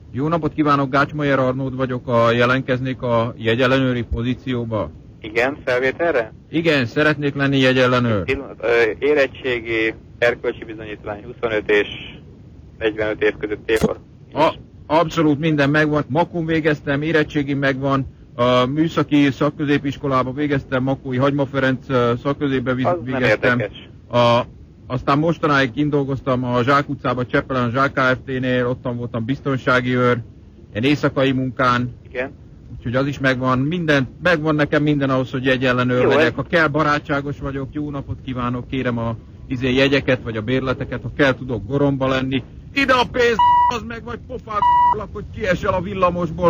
Jó napot kívánok, Gácsmajer Arnód vagyok, jelentkeznék a jegyellenőri pozícióba. Igen, felvételre? Igen, szeretnék lenni jegyellenőr. Érettségi, erkölcsi bizonyítvány 25 és 45 év között évor. Abszolút minden megvan. Makón végeztem, érettségi megvan, a műszaki szakközépiskolába végeztem, Makói Hagyma Ferenc szakközépbe végeztem. Aztán mostanáig indolgoztam a Zsák utcában, Csepelen, Zsák Kft-nél, ottan voltam biztonsági őr, egy éjszakai munkán. Igen. Úgyhogy az is megvan nekem minden ahhoz, hogy jegyellenőr legyek. Ha kell, barátságos vagyok, jó napot kívánok, kérem a jegyeket, vagy a bérleteket, ha kell, tudok goromba lenni. Ide a pénz, az meg, vagy pofák, hogy kiesel a villamosból.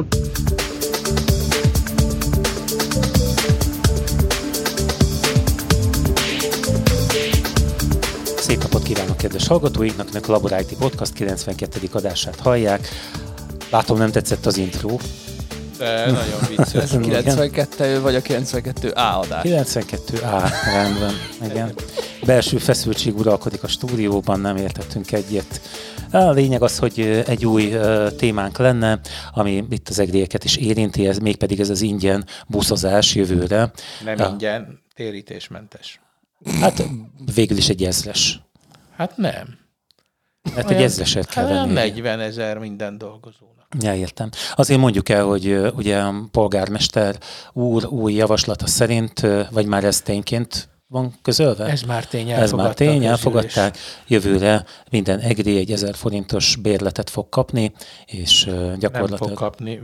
Szép napot kívánok, kedves hallgatóinknak! A Labor IT Podcast 92. adását hallják. Látom, nem tetszett az intro. De nagyon vicces. 92 vagy a 92A adás? 92A, rendben. Igen. Belső feszültség uralkodik a stúdióban, nem értettünk egyet. A lényeg az, hogy egy új témánk lenne, ami itt az egrieket is érinti, mégpedig ez az ingyen buszozás jövőre. Nem ingyen, térítésmentes. Hát végül is egy ezres. Hát nem. Hát egy ezreset kell venni. 40 000 minden dolgozónak. Ja, értem. Azért mondjuk el, hogy ugye a polgármester úr új javaslata szerint, vagy már ez tényként van közölve? Ez már tény, elfogadták. Jövőre minden egri egy 1000 forintos bérletet fog kapni, és gyakorlatilag... Nem fog kapni,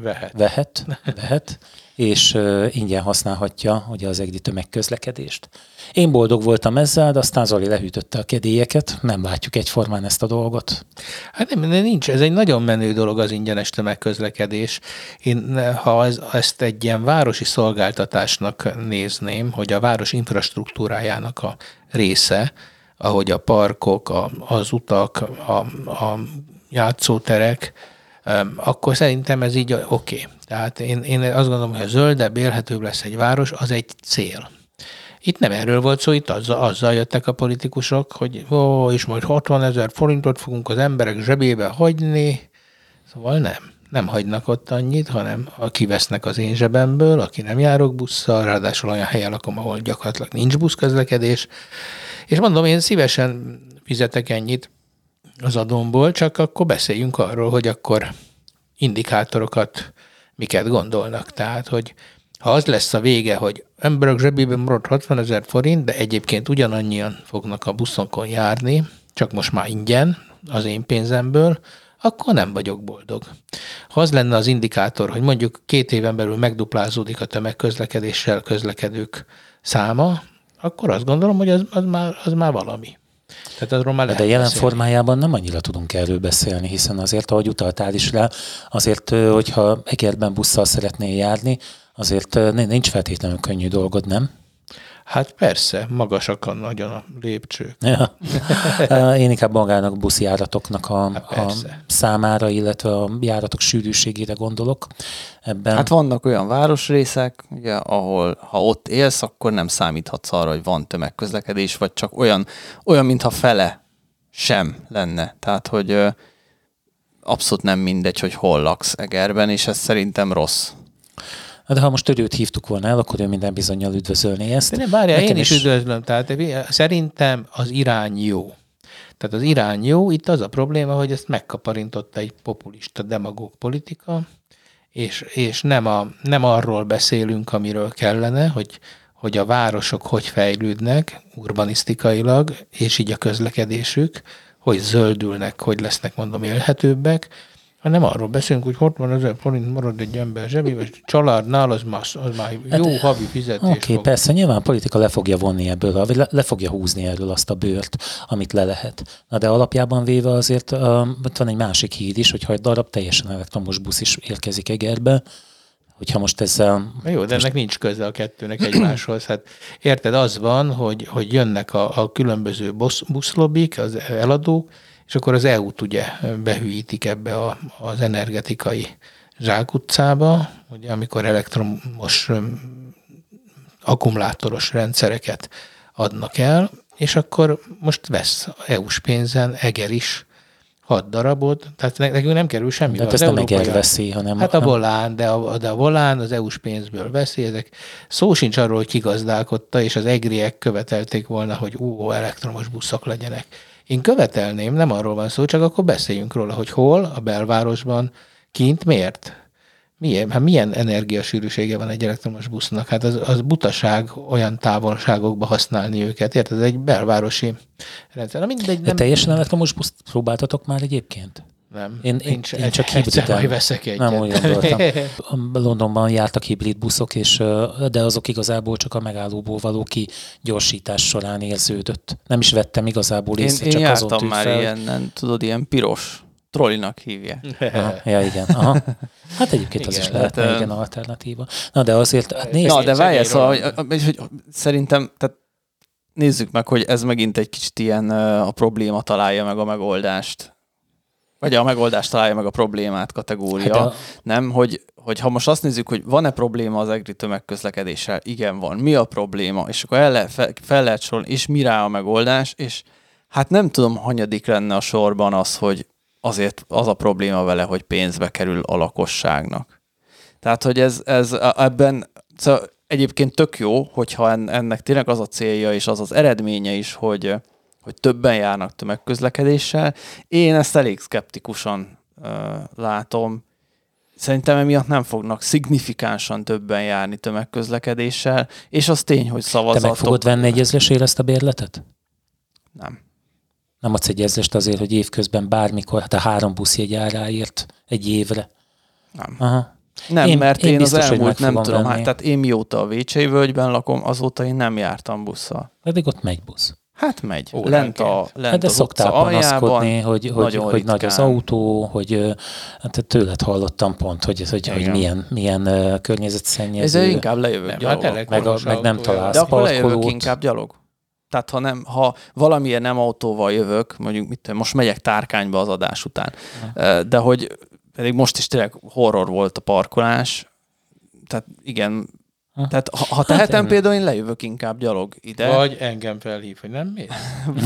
Vehet, és ingyen használhatja ugye az egri tömegközlekedést. Én boldog voltam ezzel, de aztán Zoli lehűtötte a kedélyeket, nem látjuk egyformán ezt a dolgot. Hát nem, nincs, ez egy nagyon menő dolog az ingyenes tömegközlekedés. Én, ha ezt egy ilyen városi szolgáltatásnak nézném, hogy a város infrastruktúrájának a része, ahogy a parkok, az utak, a játszóterek, akkor szerintem ez így oké. Tehát én azt gondolom, hogy a zöldebb, élhetőbb lesz egy város, az egy cél. Itt nem erről volt szó, itt azzal jöttek a politikusok, hogy és majd 60 000 forintot fogunk az emberek zsebébe hagyni. Szóval nem hagynak ott annyit, hanem kivesznek az én zsebemből, aki nem járok busszal, ráadásul olyan helyen lakom, ahol gyakorlatilag nincs buszközlekedés. És mondom, én szívesen fizetek ennyit az adómból, csak akkor beszéljünk arról, hogy akkor indikátorokat miket gondolnak. Tehát, hogy ha az lesz a vége, hogy emberek zsebében marad 60 000 forint, de egyébként ugyanannyian fognak a buszokon járni, csak most már ingyen az én pénzemből, akkor nem vagyok boldog. Ha az lenne az indikátor, hogy mondjuk 2 éven belül megduplázódik a tömegközlekedéssel közlekedők száma, akkor azt gondolom, hogy az már valami. Tehát azról már de jelen formájában nem annyira tudunk erről beszélni, hiszen azért, ahogy utaltál is rá, azért, hogyha Egerben busszal szeretnél járni, azért nincs feltétlenül könnyű dolgod, nem? Hát persze, magasak nagyon a lépcsők. Ja. Én inkább magának buszjáratoknak a számára, illetve a járatok sűrűségére gondolok ebben. Hát vannak olyan városrészek, ugye, ahol ha ott élsz, akkor nem számíthatsz arra, hogy van tömegközlekedés, vagy csak olyan mintha fele sem lenne. Tehát, hogy abszolút nem mindegy, hogy hol laksz Egerben, és ez szerintem rossz. De ha most őt hívtuk volna el, akkor ő minden bizonnyal üdvözölné ezt. De várjál, én is üdvözlöm. Tehát szerintem az irány jó. Tehát az irány jó, itt az a probléma, hogy ezt megkaparintotta egy populista, demagóg politika, és nem arról beszélünk, amiről kellene, hogy a városok hogy fejlődnek urbanisztikailag, és így a közlekedésük, hogy zöldülnek, hogy lesznek, mondom, élhetőbbek, hanem arról beszélünk, hogy 60 000 forint marad egy ember zsebébe, és családnál az már jó havi fizetés. Oké, persze, nyilván a politika le fogja vonni ebből, vagy le fogja húzni erről azt a bőrt, amit le lehet. Na de alapjában véve azért ott van egy másik hír is, hogyha egy darab teljesen elektromos busz is érkezik Egerbe, hogyha most ezzel... Jó, de ennek nincs köze a kettőnek egymáshoz. Hát érted, az van, hogy jönnek a különböző buszlobbik, az eladók, és akkor az EU-t ugye behűítik ebbe az energetikai zsákutcába, ugye, amikor elektromos akkumulátoros rendszereket adnak el, és akkor most vesz EU-s pénzen Eger is 6 darabot, tehát nekünk nem kerül semmi. De ezt nem EGR veszi, hanem... Hát a volán, de a volán az EU-s pénzből veszi, ezek szó sincs arról, hogy kigazdálkodta, és az egriek követelték volna, hogy elektromos buszok legyenek. Én követelném, nem arról van szó, csak akkor beszéljünk róla, hogy hol, a belvárosban, kint, miért? Milyen energiasűrűsége van egy elektromos busznak? Hát az butaság olyan távolságokba használni őket, érted? Ez egy belvárosi rendszer. Mindegy, de teljesen elektromos buszt próbáltatok már egyébként? Nem. Én csak hibriden. Veszek egyet. Nem úgy gondoltam. Londonban jártak hibrid buszok, de azok igazából csak a megállóból való kigyorsítás során érződött. Nem is vettem igazából észre, csak azon tűnt fel. Én jártam már ilyenen, tudod, ilyen piros trollinak hívják. Ja, igen. Aha. Hát egyébként az is lehetne igen alternatíva. Na, de azért nézd. Na, de várjál, szóval, hogy szerintem, tehát nézzük meg, hogy ez megint egy kicsit ilyen a probléma találja meg a megoldást. Vagy a megoldást találja meg a problémát kategória. Hát nem, hogy ha most azt nézzük, hogy van-e probléma az egri tömegközlekedéssel? Igen, van. Mi a probléma? És akkor fel lehet sorolni, és mi rá a megoldás? És hát nem tudom, hanyadik lenne a sorban az, hogy azért az a probléma vele, hogy pénzbe kerül a lakosságnak. Tehát, hogy ez ebben szóval egyébként tök jó, hogyha ennek tényleg az a célja, és az az eredménye is, hogy többen járnak tömegközlekedéssel. Én ezt elég szkeptikusan látom. Szerintem emiatt nem fognak szignifikánsan többen járni tömegközlekedéssel, és az tény, hogy szavazatok... Te meg fogod venni egy ezresért ezt a bérletet? Nem. Nem adsz egy ezrest azért, hogy évközben bármikor, hát a 3 buszjegy áráért egy évre? Nem. Aha. Nem, mert én biztos, az elmúlt nem tudom, venni. tehát én mióta a Vécsei völgyben lakom, azóta én nem jártam busszal. Pedig ott megy busz. Hát megy. Lent de az szoktál panaszkodni, hogy nagy az autó, hogy hát tőled hallottam pont, hogy milyen környezetszennyező. Ez inkább lejövök gyalog. Meg nem találsz de akkor parkolót. lejövök inkább gyalog. Tehát ha valamilyen nem autóval jövök, mondjuk most megyek Tárkányba az adás után, de hogy pedig most is tényleg horror volt a parkolás, tehát igen, tehát ha tehetem, például én lejövök inkább gyalog ide. Vagy engem felhív, hogy nem mész?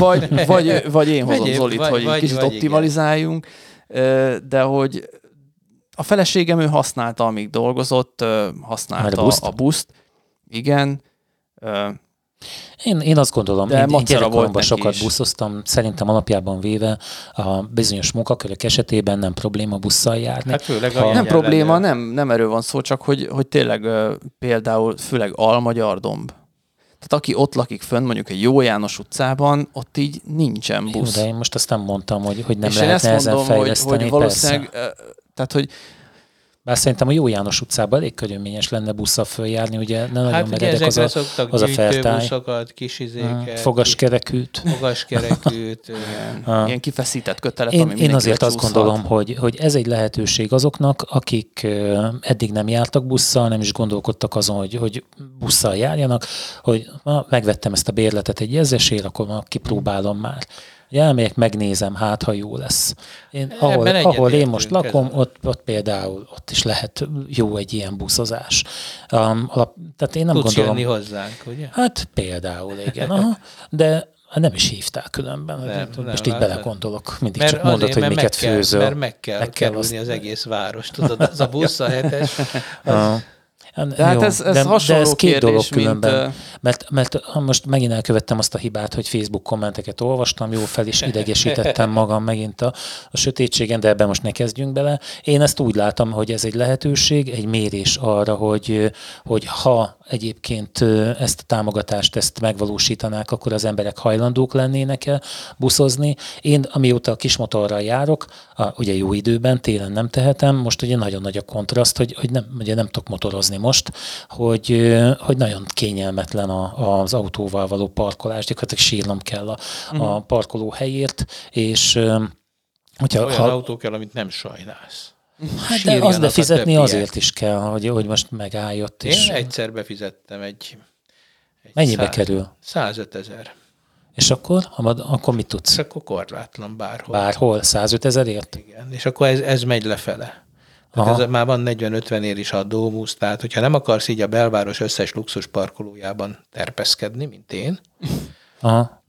Vagy én hozom Zolit, hogy kicsit optimalizáljunk, de hogy a feleségem ő használta, amíg dolgozott, használta a buszt. Igen. Én azt gondolom, én gyerekkoromban sokat buszoztam, szerintem alapjában véve a bizonyos munkakörök esetében nem probléma busszal járni. Hát főleg nem probléma, nem erről van szó, csak hogy tényleg például főleg Almagyardomb. Tehát aki ott lakik fönn, mondjuk egy Jó János utcában, ott így nincsen busz. Jó, de én most azt nem mondtam, hogy nem lehetne ezen fejleszteni. Hogy valószínűleg, tehát hogy bár szerintem a Jó János utcában elég körülményes lenne busszal följárni, ugye ne nagyon hát meredek az a feltály. Buszokat, kis izéket. Fogaskerekűt. Ilyen kifeszített kötelet, én azért azt gondolom, hogy ez egy lehetőség azoknak, akik eddig nem jártak busszal, nem is gondolkodtak azon, hogy busszal járjanak, hogy megvettem ezt a bérletet egy ezresért, akkor kipróbálom már. Elmegyek, megnézem, hát ha jó lesz. Ahol én most lakom, ott például ott is lehet jó egy ilyen buszozás. Tehát én nem tudsz gondolom. Jönni hozzánk, ugye? Hát például, igen. Aha, de nem is hívták különben. Most így belegondolok. Mindig csak mondod, hogy miket főzöl. Mert meg kell kerülni az egész város. Tudod, az a busz, a 7-es. De hát ez hasonló két dolog kérdés, különben. Mert most megint elkövettem azt a hibát, hogy Facebook kommenteket olvastam, jó fel is idegesítettem magam megint a sötétségen, de ebben most ne kezdjünk bele. Én ezt úgy látom, hogy ez egy lehetőség, egy mérés arra, hogy ha egyébként ezt a támogatást ezt megvalósítanák, akkor az emberek hajlandók lennének buszozni. Én amióta a kismotorral járok, ugye jó időben, télen nem tehetem, most ugye nagyon nagy a kontraszt, hogy nem tudok motorozni most, hogy nagyon kényelmetlen az autóval való parkolás, gyakorlatilag sírnom kell a parkoló helyért, és olyan autó kell, amit nem sajnálsz. Hát de azt befizetni azért is kell, hogy most megálljon. Én egyszer befizettem egy mennyibe kerül? 105 000. És akkor mit tudsz? És akkor korlátlan bárhol. Bárhol? 105 000-ért? Igen, és akkor ez megy lefele. Ez már van 40-50 is a Domus, tehát hogyha nem akarsz így a belváros összes luxus parkolójában terpeszkedni, mint én,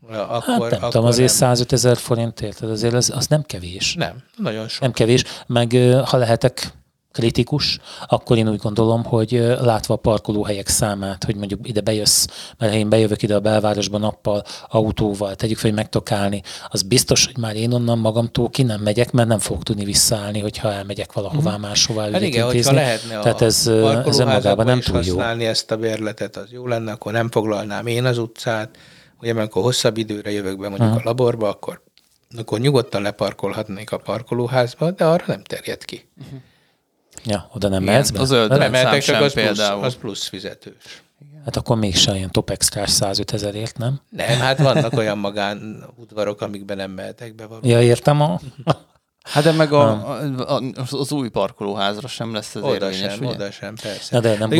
Akkor, nem tudom, azért 105 000 forint, érted? Azért az nem kevés. Nem, nagyon sok. Nem kevés, meg ha lehetek kritikus, akkor én úgy gondolom, hogy látva a parkolóhelyek számát, hogy mondjuk ide bejössz, mert ha én bejövök ide a belvárosba nappal, autóval, tegyük fel, hogy meg tudok állni, az biztos, hogy már én onnan magamtól ki nem megyek, mert nem fogok tudni visszaállni, hogyha elmegyek valahová máshová hát igen, hogyha lehetne tehát ez önmagában nem túl jó. Használni ezt a bérletet, az jó lenne, akkor nem foglalnám én az utcát, ugye, mert akkor hosszabb időre jövök be mondjuk a laborba, akkor nyugodtan leparkolhatnék a parkolóházba, de arra nem terjed ki. Ja, oda nem mehetsz be? Az öldrendszám sem az például. Az plusz fizetős. Hát akkor mégsem ilyen top extrás 105 000-ért, nem? Nem, hát vannak olyan magánudvarok, amikben nem mehetek be valami. Ja, értem Hát de meg az új parkolóházra sem lesz ez érvényes, ugye? Oda sem, persze. Na de nem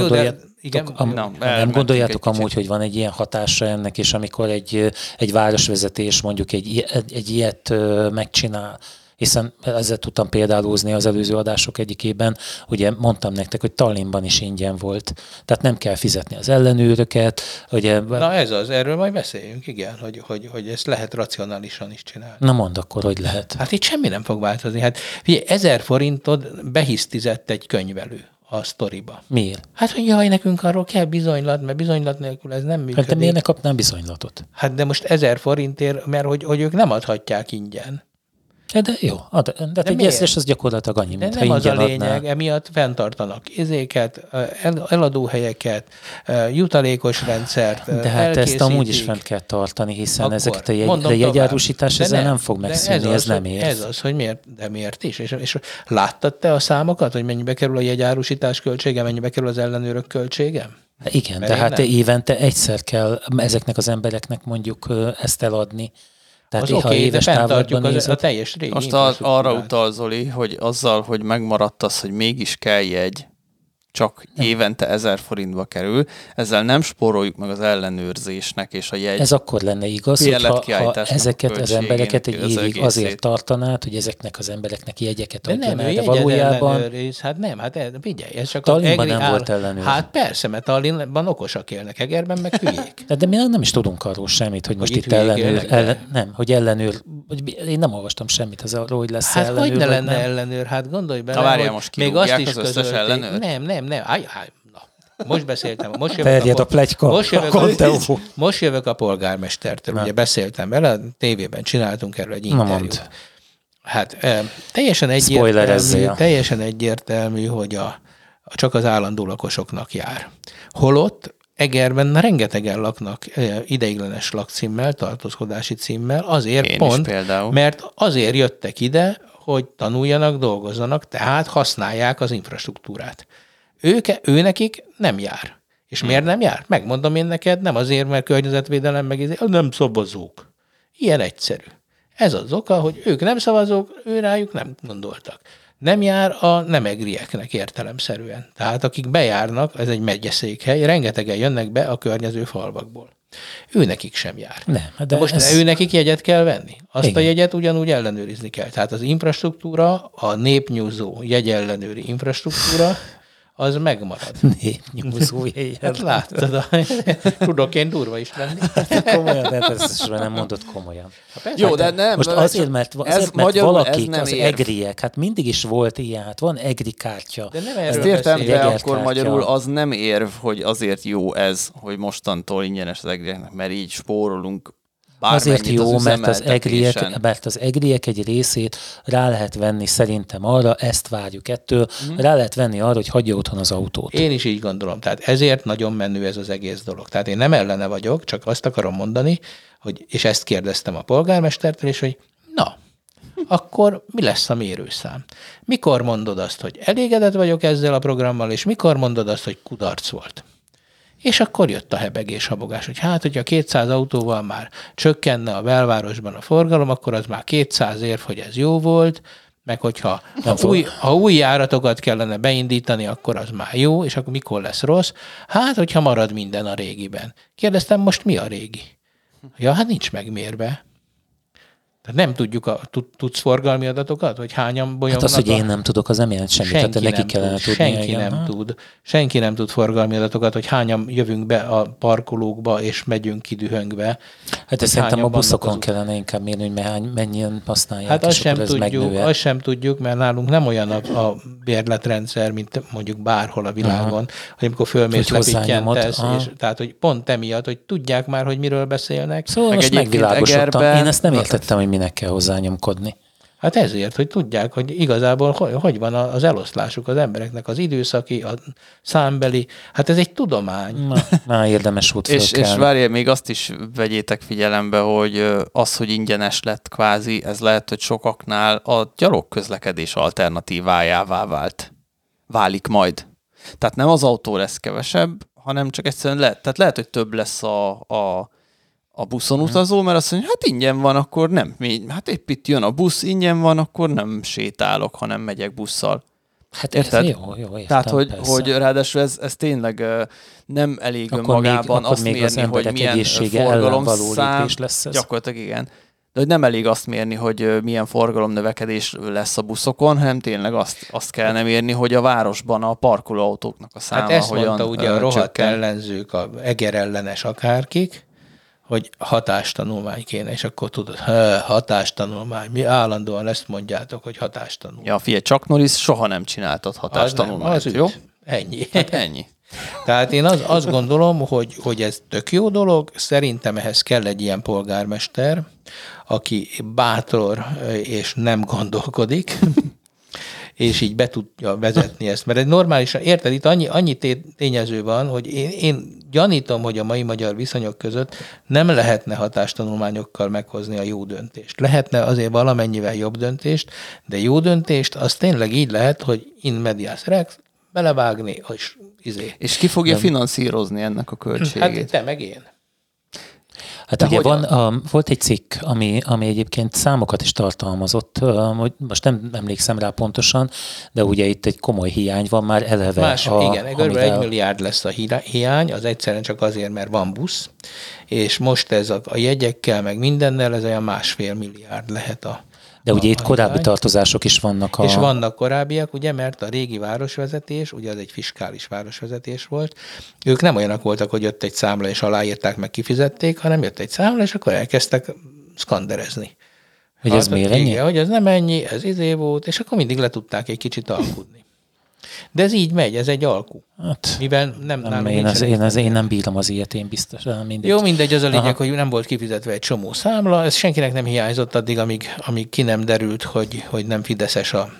nem gondoljátok amúgy, hogy van egy ilyen hatása ennek, és amikor egy városvezetés mondjuk egy ilyet megcsinál, hiszen ezzel tudtam példálózni az előző adások egyikében, ugye mondtam nektek, hogy Tallinnban is ingyen volt, tehát nem kell fizetni az ellenőröket. Ugye, na ez az, erről majd beszéljünk, igen, hogy ezt lehet racionálisan is csinálni. Na mondd akkor, hogy lehet. Hát itt semmi nem fog változni. Hát figyelj, 1000 forintod behisztizett egy könyvelő a sztoriba. Miért? Hát, hogy jaj, nekünk arról kell bizonylat, mert bizonylat nélkül ez nem működik. Hát de miért ne kapnám bizonylatot? Hát de most 1000 forintért, mert hogy ők nem adhatják ingyen. De jó, de egy eszes az gyakorlatilag annyi, mint ha ingyen adná. Nem az a lényeg, emiatt fenntartanak izéket, eladóhelyeket, jutalékos rendszert. De hát ezt amúgy is fent kell tartani, hiszen akkor ezeket a jegyárusítás ezzel nem fog megszűnni, ez nem ér. Ez az, hogy miért is. És láttad te a számokat, hogy mennyibe kerül a jegyárusítás költsége, mennyibe kerül az ellenőrök költsége? Igen, de hát évente egyszer kell ezeknek az embereknek mondjuk ezt eladni. Tehát az oké, de fenntartjuk a teljes régi. Most arra utal Zoli, hogy azzal, hogy megmaradt az, hogy mégis kell jegy, csak évente 1000 forintba kerül, ezzel nem spóroljuk meg az ellenőrzésnek és a jegy. Ez akkor lenne igaz, ha ezeket az embereket egy évig azért tartanád, hogy ezeknek az embereknek jegyeket adjon el, de valójában... Hát nem, figyelj, ez csak Tallinnban nem volt ellenőr. Hát persze, mert Tallinnban okosak élnek, Egerben meg hülyék. De mi nem is tudunk arról semmit, hogy most itt ellenőr, hogy ellenőr, én nem olvastam semmit arról, hogy lesz ellenőr. Hát hogy ne lenne ellenőr, hát gondolj bele, hogy még azt is közölték. Nem. Most beszéltem. Most jövök a polgármestertől. Ugye beszéltem vele, a tévében csináltunk erről egy interjút. Hát teljesen egyértelmű, hogy csak az állandó lakosoknak jár. Holott Egerben rengetegen laknak ideiglenes lakcímmel, tartózkodási címmel, azért mert azért jöttek ide, hogy tanuljanak, dolgozzanak, tehát használják az infrastruktúrát. Őnekik nem jár. És miért nem jár? Megmondom én neked, nem azért, mert környezetvédelem nem szavazók. Ilyen egyszerű. Ez az oka, hogy ők nem szavazók, rájuk nem gondoltak. Nem jár a nem egrieknek értelemszerűen. Tehát akik bejárnak, ez egy megyeszékhely, rengetegen jönnek be a környező falvakból. Őnekik sem jár. Nem, de most őnekik jegyet kell venni. Azt igen. A jegyet ugyanúgy ellenőrizni kell. Tehát az infrastruktúra, a népnyúzó jegyellenőri infrastruktúra, az megmarad. Népnyúzó jegyellenőr. Hát láttad, tudok én durva is lenni. Komolyan, de ezt nem mondod komolyan. Jó, de nem. Most azért, mert valakik, az egriek, hát mindig is volt ilyen, hát van egri kártya. De nem ezt értem, de akkor magyarul az nem érv, hogy azért jó ez, hogy mostantól ingyenes az egrieknek, mert így spórolunk. Azért jó, mert az egriek egy részét rá lehet venni szerintem arra, ezt várjuk ettől, rá lehet venni arra, hogy hagyja otthon az autót. Én is így gondolom, tehát ezért nagyon menő ez az egész dolog. Tehát én nem ellene vagyok, csak azt akarom mondani, hogy, és ezt kérdeztem a polgármestertől, és hogy na, akkor mi lesz a mérőszám? Mikor mondod azt, hogy elégedett vagyok ezzel a programmal, és mikor mondod azt, hogy kudarc volt? És akkor jött a hebegés, habogás, hogy hát, hogyha 200 autóval már csökkenne a belvárosban a forgalom, akkor az már 200 érv, hogy ez jó volt, meg hogyha új járatokat kellene beindítani, akkor az már jó, és akkor mikor lesz rossz? Hát, hogyha marad minden a régiben. Kérdeztem, most mi a régi? Ja, hát nincs megmérve. Nem tudjuk, tudsz forgalmi adatokat, hogy hányan bolyognak? Hát az, hogy én nem tudok, az nem jelent semmit. Tehát neki kellene tudni. Senki nem tud forgalmi adatokat, hogy hányan jövünk be a parkolókba, és megyünk ki dühöngbe. Hát szerintem a buszokon kellene inkább mérni, hogy mennyien használják. Hát azt sem tudjuk, mert nálunk nem olyan a bérletrendszer, mint mondjuk bárhol a világon, hogy amikor fölmész, lepittyentesz, tehát hogy pont emiatt, hogy tudják már, hogy miről beszélnek. Szóval most megvilágosodtam. Én ezt nem értettem, hogy minek kell hozzányomkodni. Hát ezért, hogy tudják, hogy igazából hogy van az eloszlásuk az embereknek, az időszaki, a számbeli, hát ez egy tudomány. Na érdemes út és várjál, még azt is vegyétek figyelembe, hogy az, hogy ingyenes lett kvázi, ez lehet, hogy sokaknál a gyalogközlekedés alternatívájává válik majd. Tehát nem az autó lesz kevesebb, hanem csak egyszerűen lehet, hogy több lesz a buszon utazó, mert azt mondja, hát ingyen van, akkor nem. Hát épp itt jön a busz, ingyen van, akkor nem sétálok, hanem megyek busszal. Hát érted? Jó, értem. Tehát, hogy ráadásul ez tényleg nem elég akkor önmagában azt mérni, hogy milyen forgalomszám lesz ez. Gyakorlatilag igen. De hogy nem elég azt mérni, hogy milyen forgalomnövekedés lesz a buszokon, hanem tényleg azt kellene mérni, hogy a városban a parkolóautóknak a száma hogyan csökken. Hát ezt mondta ugye a rohadt ellenzők, a Eger ellenes akárkik, hogy hatástanulmány kéne, és akkor tudod, hatástanulmány, mi állandóan ezt mondjátok, hogy hatástanulmány. Ja, figyelj, Chuck Norris soha nem csináltat hatástanulmányt, jó? Ennyi. Hát ennyi. Tehát én azt gondolom, hogy ez tök jó dolog, szerintem ehhez kell egy ilyen polgármester, aki bátor és nem gondolkodik, és így be tudja vezetni ezt. Mert egy normálisan, érted, itt annyi tényező van, hogy én gyanítom, hogy a mai magyar viszonyok között nem lehetne hatástanulmányokkal meghozni a jó döntést. Lehetne azért valamennyivel jobb döntést, de jó döntést az tényleg így lehet, hogy in medias res, belevágni, és ki fogja finanszírozni ennek a költségét? Hát te meg én. Hát ugye volt egy cikk, ami egyébként számokat is tartalmazott, hogy most nem emlékszem rá pontosan, de ugye itt egy komoly hiány van már eleve. Igen, kb. 1 milliárd lesz a hiány, az egyszerűen csak azért, mert van busz, és most ez a jegyekkel, meg mindennel, ez olyan 1,5 milliárd lehet de ugye itt korábbi hiány. Tartozások is vannak. És vannak korábbiak, ugye, mert a régi városvezetés, ugye az egy fiskális városvezetés volt, ők nem olyanok voltak, hogy jött egy számla, és aláírták, meg kifizették, hanem jött egy számla, és akkor elkezdtek szkanderezni. Hogy ez miért ennyi? Hogy ez nem ennyi, ez volt, és akkor mindig le tudták egy kicsit alkudni. De ez így megy, ez egy alkú. Hát, mivel én nem bírom az ilyet, én biztos. Mindegy. Jó, mindegy, az a lényeg, hogy nem volt kifizetve egy csomó számla, ez senkinek nem hiányzott addig, amíg ki nem derült, hogy nem fideszes a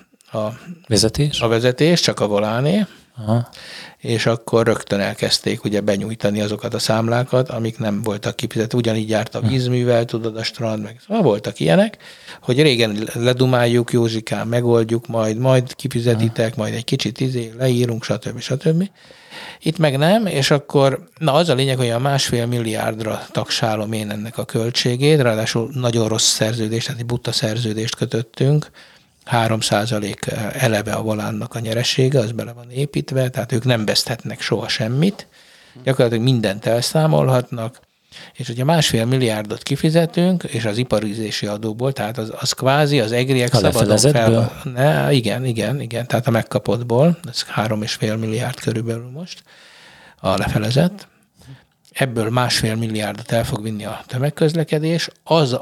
vezetés, csak a voláné. Aha. És akkor rögtön elkezdték ugye benyújtani azokat a számlákat, amik nem voltak kifizetve. Ugyanígy járt a vízművel, tudod, a strand, meg szóval voltak ilyenek, hogy régen ledumáljuk, Józsikán, megoldjuk, majd kifizetitek, majd egy kicsit leírunk, stb. Itt meg nem, és akkor az a lényeg, hogy a 1,5 milliárdra tagsálom én ennek a költségét, ráadásul nagyon rossz szerződést, tehát egy buta szerződést kötöttünk, 3% eleve a volánnak a nyeresége, az bele van építve, tehát ők nem veszthetnek soha semmit, gyakorlatilag mindent elszámolhatnak, és hogyha 1,5 milliárdot kifizetünk, és az iparüzési adóból, tehát az kvázi az egriek szabadon fel... Igen, tehát a megkapottból, ez 3,5 milliárd körülbelül most a lefelezett, ebből 1,5 milliárdot el fog vinni a tömegközlekedés,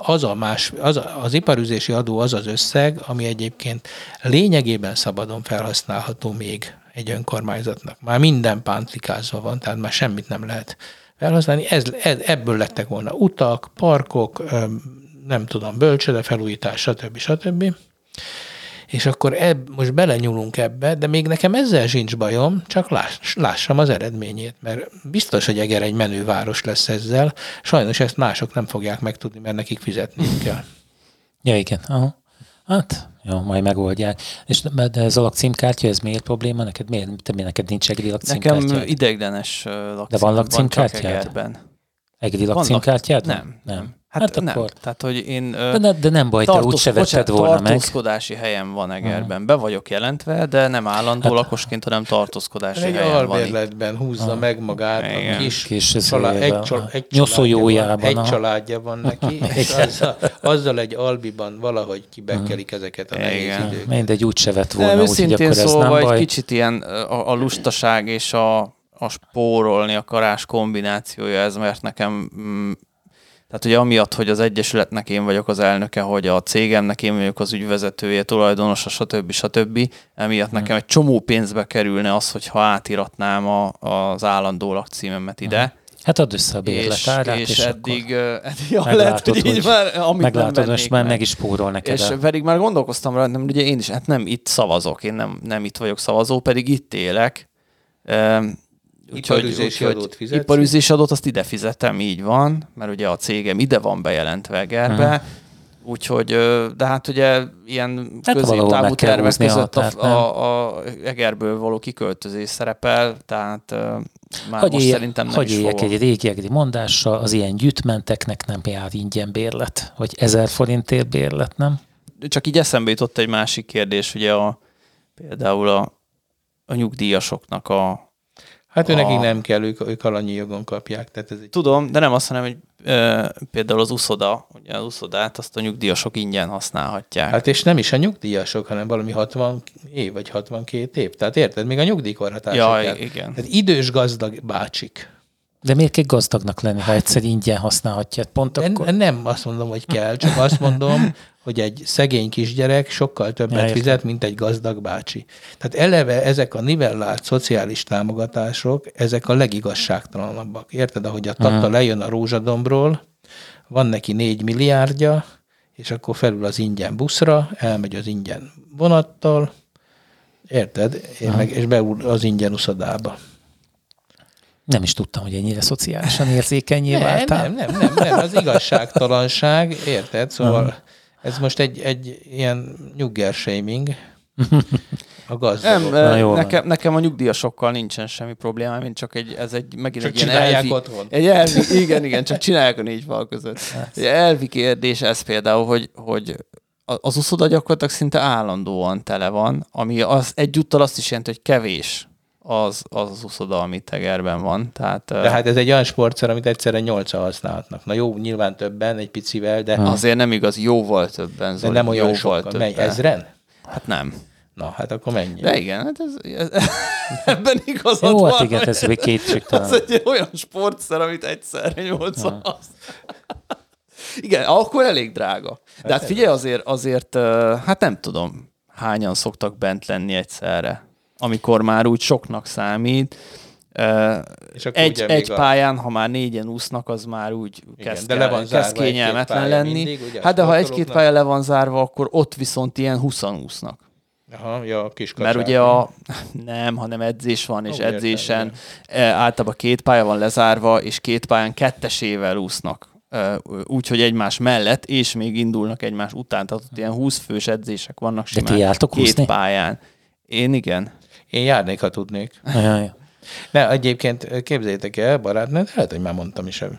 az iparüzési adó az összeg, ami egyébként lényegében szabadon felhasználható még egy önkormányzatnak. Már minden pántlikázva van, tehát már semmit nem lehet felhasználni. Ebből lettek volna utak, parkok, nem tudom, bölcsőde felújítás, stb. És akkor most belenyúlunk ebbe, de még nekem ezzel sincs bajom, csak lássam az eredményét, mert biztos, hogy Eger egy menőváros lesz ezzel. Sajnos ezt mások nem fogják megtudni, mert nekik fizetniük kell. Ja, igen. Aha. Hát, jó, majd megoldják. De ez a lakcímkártya, ez miért probléma? Miért neked nincs egri lakcímkártyád? Nekem ideiglenes lakcím. De van lakcímkártyád? Egri lakcímkártyád? Nem. Hát nem. Tehát, hogy én... De nem baj, te úgy se vetted volna meg. Tartózkodási helyen van Egerben. Be vagyok jelentve, de nem állandó lakosként, hanem tartózkodási helyen van. Egy albérletben húzza meg magát a kis nyoszójójában. Egy családja van neki, és azzal egy albiban valahogy kibekkelik ezeket a nehéz időket. Mindegy, úgy se vett volna, úgyhogy akkor ez nem baj. Egy kicsit ilyen a lustaság és a spórolni akarás kombinációja ez, mert nekem... Tehát ugye amiatt, hogy az egyesületnek én vagyok az elnöke, hogy a cégemnek én vagyok az ügyvezetője, tulajdonosa, stb. Emiatt nekem egy csomó pénzbe kerülne az, hogyha átiratnám az állandó lakcímemet ide. Hát add össze a bérletárát, és eddig lehet, hogy így már, amit meglátod, most már meg is spórol neked. És pedig már gondolkoztam rá, nem, ugye én is, hát nem itt szavazok, én nem itt vagyok szavazó, pedig itt élek. Iparüzési adót fizetsz? Iparüzési adót azt ide fizetem, így van, mert ugye a cégem ide van bejelentve Egerbe, úgyhogy, de hát ugye ilyen középtávú tervek között a Egerből való kiköltözés szerepel, tehát már most szerintem nem is fogom. Hagyj egy régi egri mondással, az ilyen gyűjtmenteknek nem jár ingyen bérlet, vagy 1000 forintért bérlet, nem? Csak így eszembe jutott egy másik kérdés, ugye például a nyugdíjasoknak Hát nekik nem kell, ők alanyi jogon kapják. Tehát ez Tudom, de nem azt mondom, hogy például az uszoda, ugye az uszodát azt a nyugdíjasok ingyen használhatják. Hát és nem is a nyugdíjasok, hanem valami 60 év, vagy 62 év. Tehát érted, még a nyugdíjkorhatások. Ja, igen. Tehát idős gazdag bácsik. De miért kell gazdagnak lenni, ha egyszer ingyen használhatja? Pont akkor... Nem azt mondom, hogy kell, csak azt mondom, hogy egy szegény kisgyerek sokkal többet fizet, mint egy gazdag bácsi. Tehát eleve ezek a nivellált szociális támogatások, ezek a legigazságtalanabbak. Érted, ahogy a tata lejön a Rózsadombról, van neki 4 milliárdja, és akkor felül az ingyen buszra, elmegy az ingyen vonattal, érted? És beúr az ingyen uszodába. Nem is tudtam, hogy ennyire szociálisan érzékenyé váltál. Nem, az igazságtalanság, érted? Szóval ez most egy ilyen nyugger-shaming a gazdagok. Nekem a nyugdíjasokkal nincsen semmi problémám, én csak megint csak egy ilyen elvi... otthon. Igen, csak csinálják a 4 fal között. Egy elvi kérdés ez például, hogy az uszoda gyakorlatilag szinte állandóan tele van, ami egyúttal azt is jelenti, hogy kevés az uszoda, amit Egerben van. De hát ez egy olyan sportszer, amit egyszerre 8-an használhatnak. Na jó, nyilván többen, egy picivel, de... Azért nem igaz, jóval többen. De nem olyan sokkal. Menj, 1000-en? Hát nem. Na, hát akkor mennyi? De igen, hát ebben igazad jó, van. Hát igen, ez kétségtelen. Ez egy olyan sportszer, amit egyszerre 8-an használ. Igen, akkor elég drága. De hát figyelj, azért hát nem tudom, hányan szoktak bent lenni egyszerre, amikor már úgy soknak számít. Egy pályán, ha már 4-en úsznak, az már úgy kezd kényelmetlen lenni. Mindig, ugye, hát de ha 1-2 pálya le van zárva, akkor ott viszont ilyen 20-an úsznak. Aha, ja, mert ugye hanem edzés van, és edzésen általában 2 pálya van lezárva, és 2 pályán 2-esével úsznak. Úgyhogy egymás mellett, és még indulnak egymás után. Tehát ott ilyen 20 fős edzések vannak simán 2 pályán. Én igen. Én járnék, ha tudnék. Ne, egyébként képzeljétek el, barátnőt, lehet, hogy már mondtam is.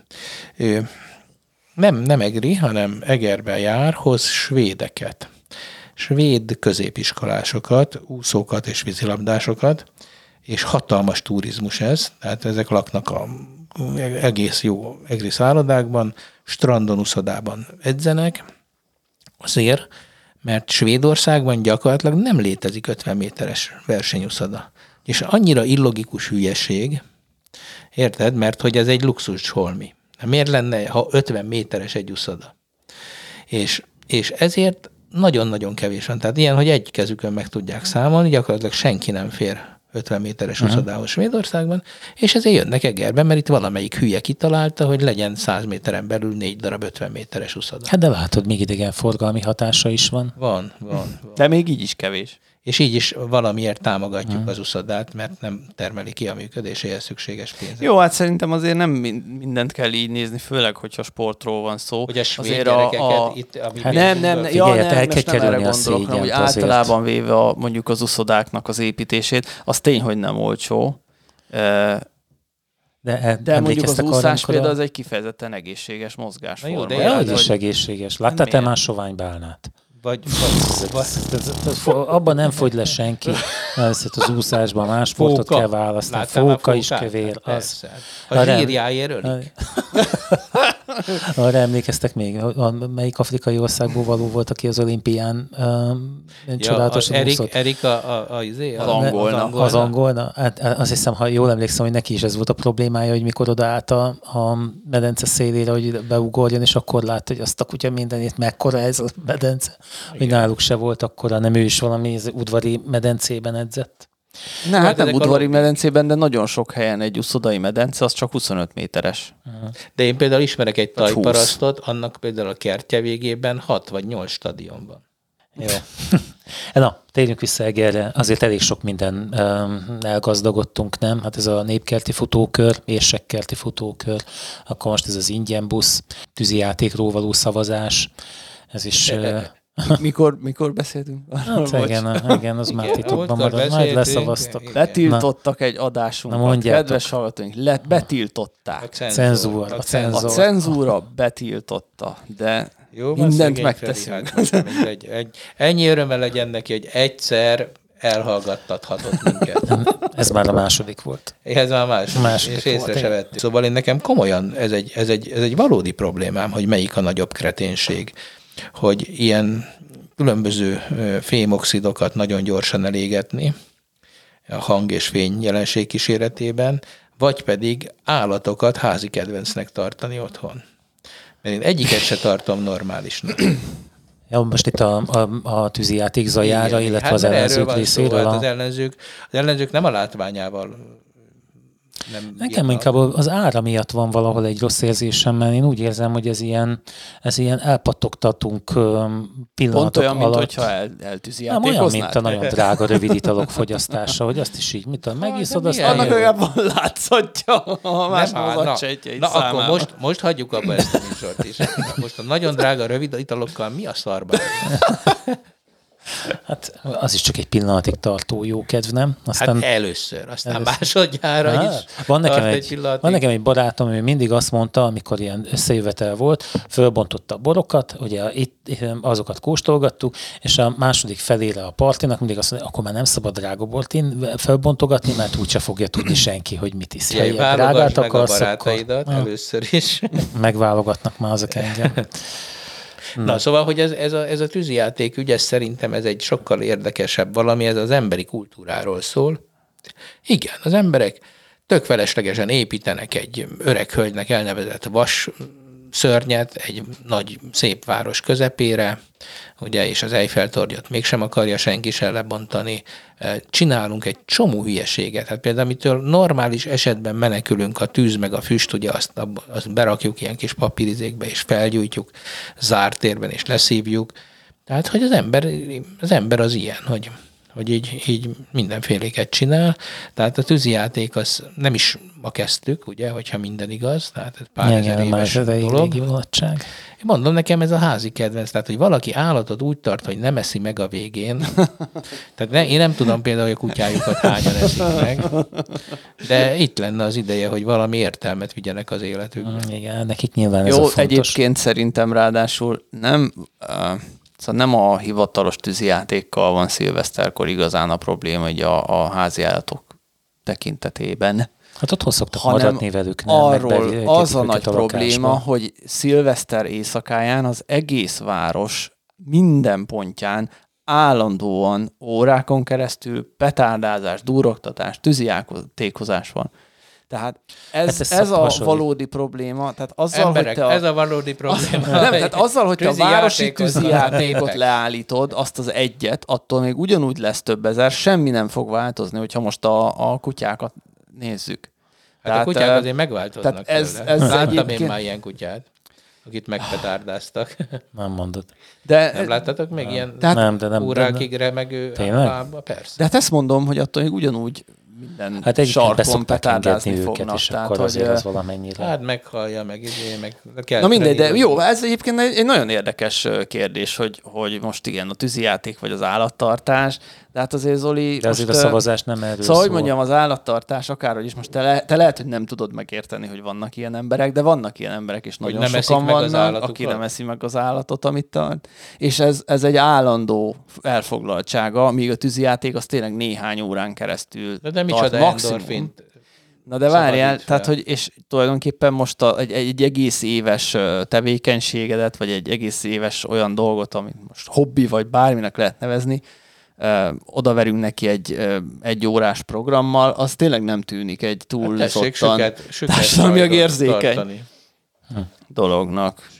Nem egri, hanem Egerben jár, hoz svédeket. Svéd középiskolásokat, úszókat és vízilabdásokat, és hatalmas turizmus ez, tehát ezek laknak a egész jó egri szállodákban, strandon, uszodában edzenek, azért, mert Svédországban gyakorlatilag nem létezik 50 méteres versenyuszoda. És annyira illogikus hülyeség, érted? Mert hogy ez egy luxus holmi. Miért lenne, ha 50 méteres egy uszoda? És ezért nagyon-nagyon kevés van. Tehát ilyen, hogy egy kezükön meg tudják számolni, gyakorlatilag senki nem fér 50 méteres uszodához Svédországban, és ezért jönnek Egerben, mert itt valamelyik hülye kitalálta, hogy legyen 100 méteren belül 4 darab 50 méteres uszoda. Hát de látod, még idegenforgalmi hatása is van. Van. De még így is kevés. És így is valamiért támogatjuk az uszodát, mert nem termeli ki a működéséhez szükséges pénzt. Jó, hát szerintem azért nem mindent kell így nézni, főleg, hogyha sportról van szó. Hogy a svéd azért gyerekeket itt... Nem, erre gondolok, hanem, hogy általában véve mondjuk az uszodáknak az építését, az tény, hogy nem olcsó. De mondjuk az úszás például az egy kifejezetten egészséges mozgásforma. De hogy is egészséges. Láttál te már soványbálnát? Vagy abban nem fogy le senki. Az úszásban más sportot kell választani. Fóka is kövér. A zsírjáért ölik. Arra emlékeztek még, melyik afrikai országból való volt, aki az olimpián csodálatos úszott? Erik az angolna. Hát azt hiszem, ha jól emlékszem, hogy neki is ez volt a problémája, hogy mikor odaállt a medence szélére, hogy beugorjon, és akkor látta, hogy azt a kutya mindenét mekkora ez a medence, hogy náluk se volt akkora, nem ő is valami udvari medencében edzett. Hát nem udvari medencében, de nagyon sok helyen egy uszodai medence, az csak 25 méteres. De én például ismerek egy tajparasztot, annak például a kertje végében 6 vagy 8 stadion van. Jó. Na, térjünk vissza Egerre. Azért elég sok minden elgazdagodtunk, nem? Hát ez a népkerti futókör, érsekkerti futókör, akkor most ez az ingyen busz, tűzijátékról való szavazás, ez is... Mikor beszéltünk? Hát igen, az már titokban marad. Majd leszavaztak. Betiltottak egy adásunkat. Kedves hallgatóink, betiltották. A cenzúra betiltotta, de jó, mindent megteszünk. Ennyi öröme legyen neki, hogy egyszer elhallgattathatott minket. Ez már a második volt. Ez már a második és észre se vettük. Szóval én nekem komolyan ez egy valódi problémám, hogy melyik a nagyobb kreténség. Hogy ilyen különböző fémoxidokat nagyon gyorsan elégetni a hang és fény jelenség kíséretében, vagy pedig állatokat házi kedvencnek tartani otthon. Mert én egyiket se tartom normálisnak. Ja, most itt a tűzijáték zajára, illetve hát az ellenzők részéről. Hát az ellenzők nem a látványával nekem inkább az ára miatt van valahol egy rossz érzésem, mert én úgy érzem, hogy ez ilyen elpattogtatunk pillanatok pont olyan, alatt. Mint hogyha eltűzijátékoznád. Olyan, mint a nagyon drága rövid italok fogyasztása, hogy azt is így, megiszod, azt annak olyan van látszatja a más mozacsejtjeid számára. Akkor most hagyjuk abba ezt a műsort is. Most a nagyon drága rövid italokkal mi a szarba? Hát az is csak egy pillanatig tartó jó kedv, nem? Aztán először, másodjára is. Van nekem egy barátom, ő mindig azt mondta, amikor ilyen összejövetel volt, fölbontotta a borokat, ugye itt azokat kóstolgattuk, és a második felére a partinak mindig azt mondja, akkor már nem szabad drága bort fölbontogatni, mert úgyse fogja tudni senki, hogy mit isz. Válogass meg a barátaidat először is. Megválogatnak már azok engem. Na, szóval, hogy ez a tűzijáték ügy, szerintem ez egy sokkal érdekesebb valami, ez az emberi kultúráról szól. Igen, az emberek tök feleslegesen építenek egy öreg hölgynek elnevezett vas szörnyet egy nagy, szép város közepére, ugye, és az Eiffel-tornyot mégsem akarja senki se lebontani. Csinálunk egy csomó hülyeséget. Hát például, amitől normális esetben menekülünk, a tűz meg a füst, ugye azt berakjuk ilyen kis papírizékbe, és felgyújtjuk zárt térben, és leszívjuk. Tehát, hogy az ember az ilyen, hogy így mindenféléket csinál. Tehát a tűzijáték az nem is ma kezdtük, ugye, hogyha minden igaz, tehát ez pár ezer éves dolog. Én mondom, nekem ez a házi kedvenc, tehát hogy valaki állatot úgy tart, hogy nem eszi meg a végén. Tehát én nem tudom például, hogy a kutyájukat hányan eszik meg, de itt lenne az ideje, hogy valami értelmet vigyenek az életükbe. Igen, nekik nyilván ez a fontos. Jó, egyébként szerintem ráadásul nem a hivatalos tűzijátékkal van szilveszterkor igazán a probléma, hogy a háziállatok tekintetében. Hát ott szoktak maradni velük. Arról az a nagy probléma, hogy szilveszter éjszakáján az egész város minden pontján állandóan órákon keresztül petárdázás, durogtatás, tűzijátékozás van. Tehát ez a valódi probléma. Tehát azzal, emberek, hogy ez a valódi probléma. Tehát azzal, hogy te a városi tűzijátékot leállítod, azt az egyet, attól még ugyanúgy lesz több ezer, semmi nem fog változni, hogyha most a kutyákat nézzük. Hát tehát, a kutyák azért megváltoznak. Láttam én már ilyen kutyát, akit megpetárdáztak. Nem mondod. Nem láttatok még ilyen órákig remegő lába? Persze. De hát ezt mondom, hogy attól még ugyanúgy minden hát sarkon petádázni fognak. És tehát, akkor azért az valamennyire. Hát meghallja, meg kell. Na mindegy, de jó, ez egyébként egy nagyon érdekes kérdés, hogy most igen, a tűzijáték vagy az állattartás, de hát azért Zoli... De azért a szavazás nem erről szóval, hogy mondjam, az állattartás, akárhogy is most te lehet, hogy nem tudod megérteni, hogy vannak ilyen emberek, de vannak ilyen emberek, és nagyon sokan vannak, aki nem eszi meg az állatot, amit tart. És ez egy állandó elfoglaltsága, míg a tűzijáték az tényleg néhány órán keresztül de micsoda endorfint. Na de várjál, tehát, hogy és tulajdonképpen most egy egész éves tevékenységedet, vagy egy egész éves olyan dolgot, amit most hobbi, vagy bárminek lehet nevezni, odaverünk neki egy órás programmal, az tényleg nem tűnik egy túlzottan társadalmilag érzékeny dolognak.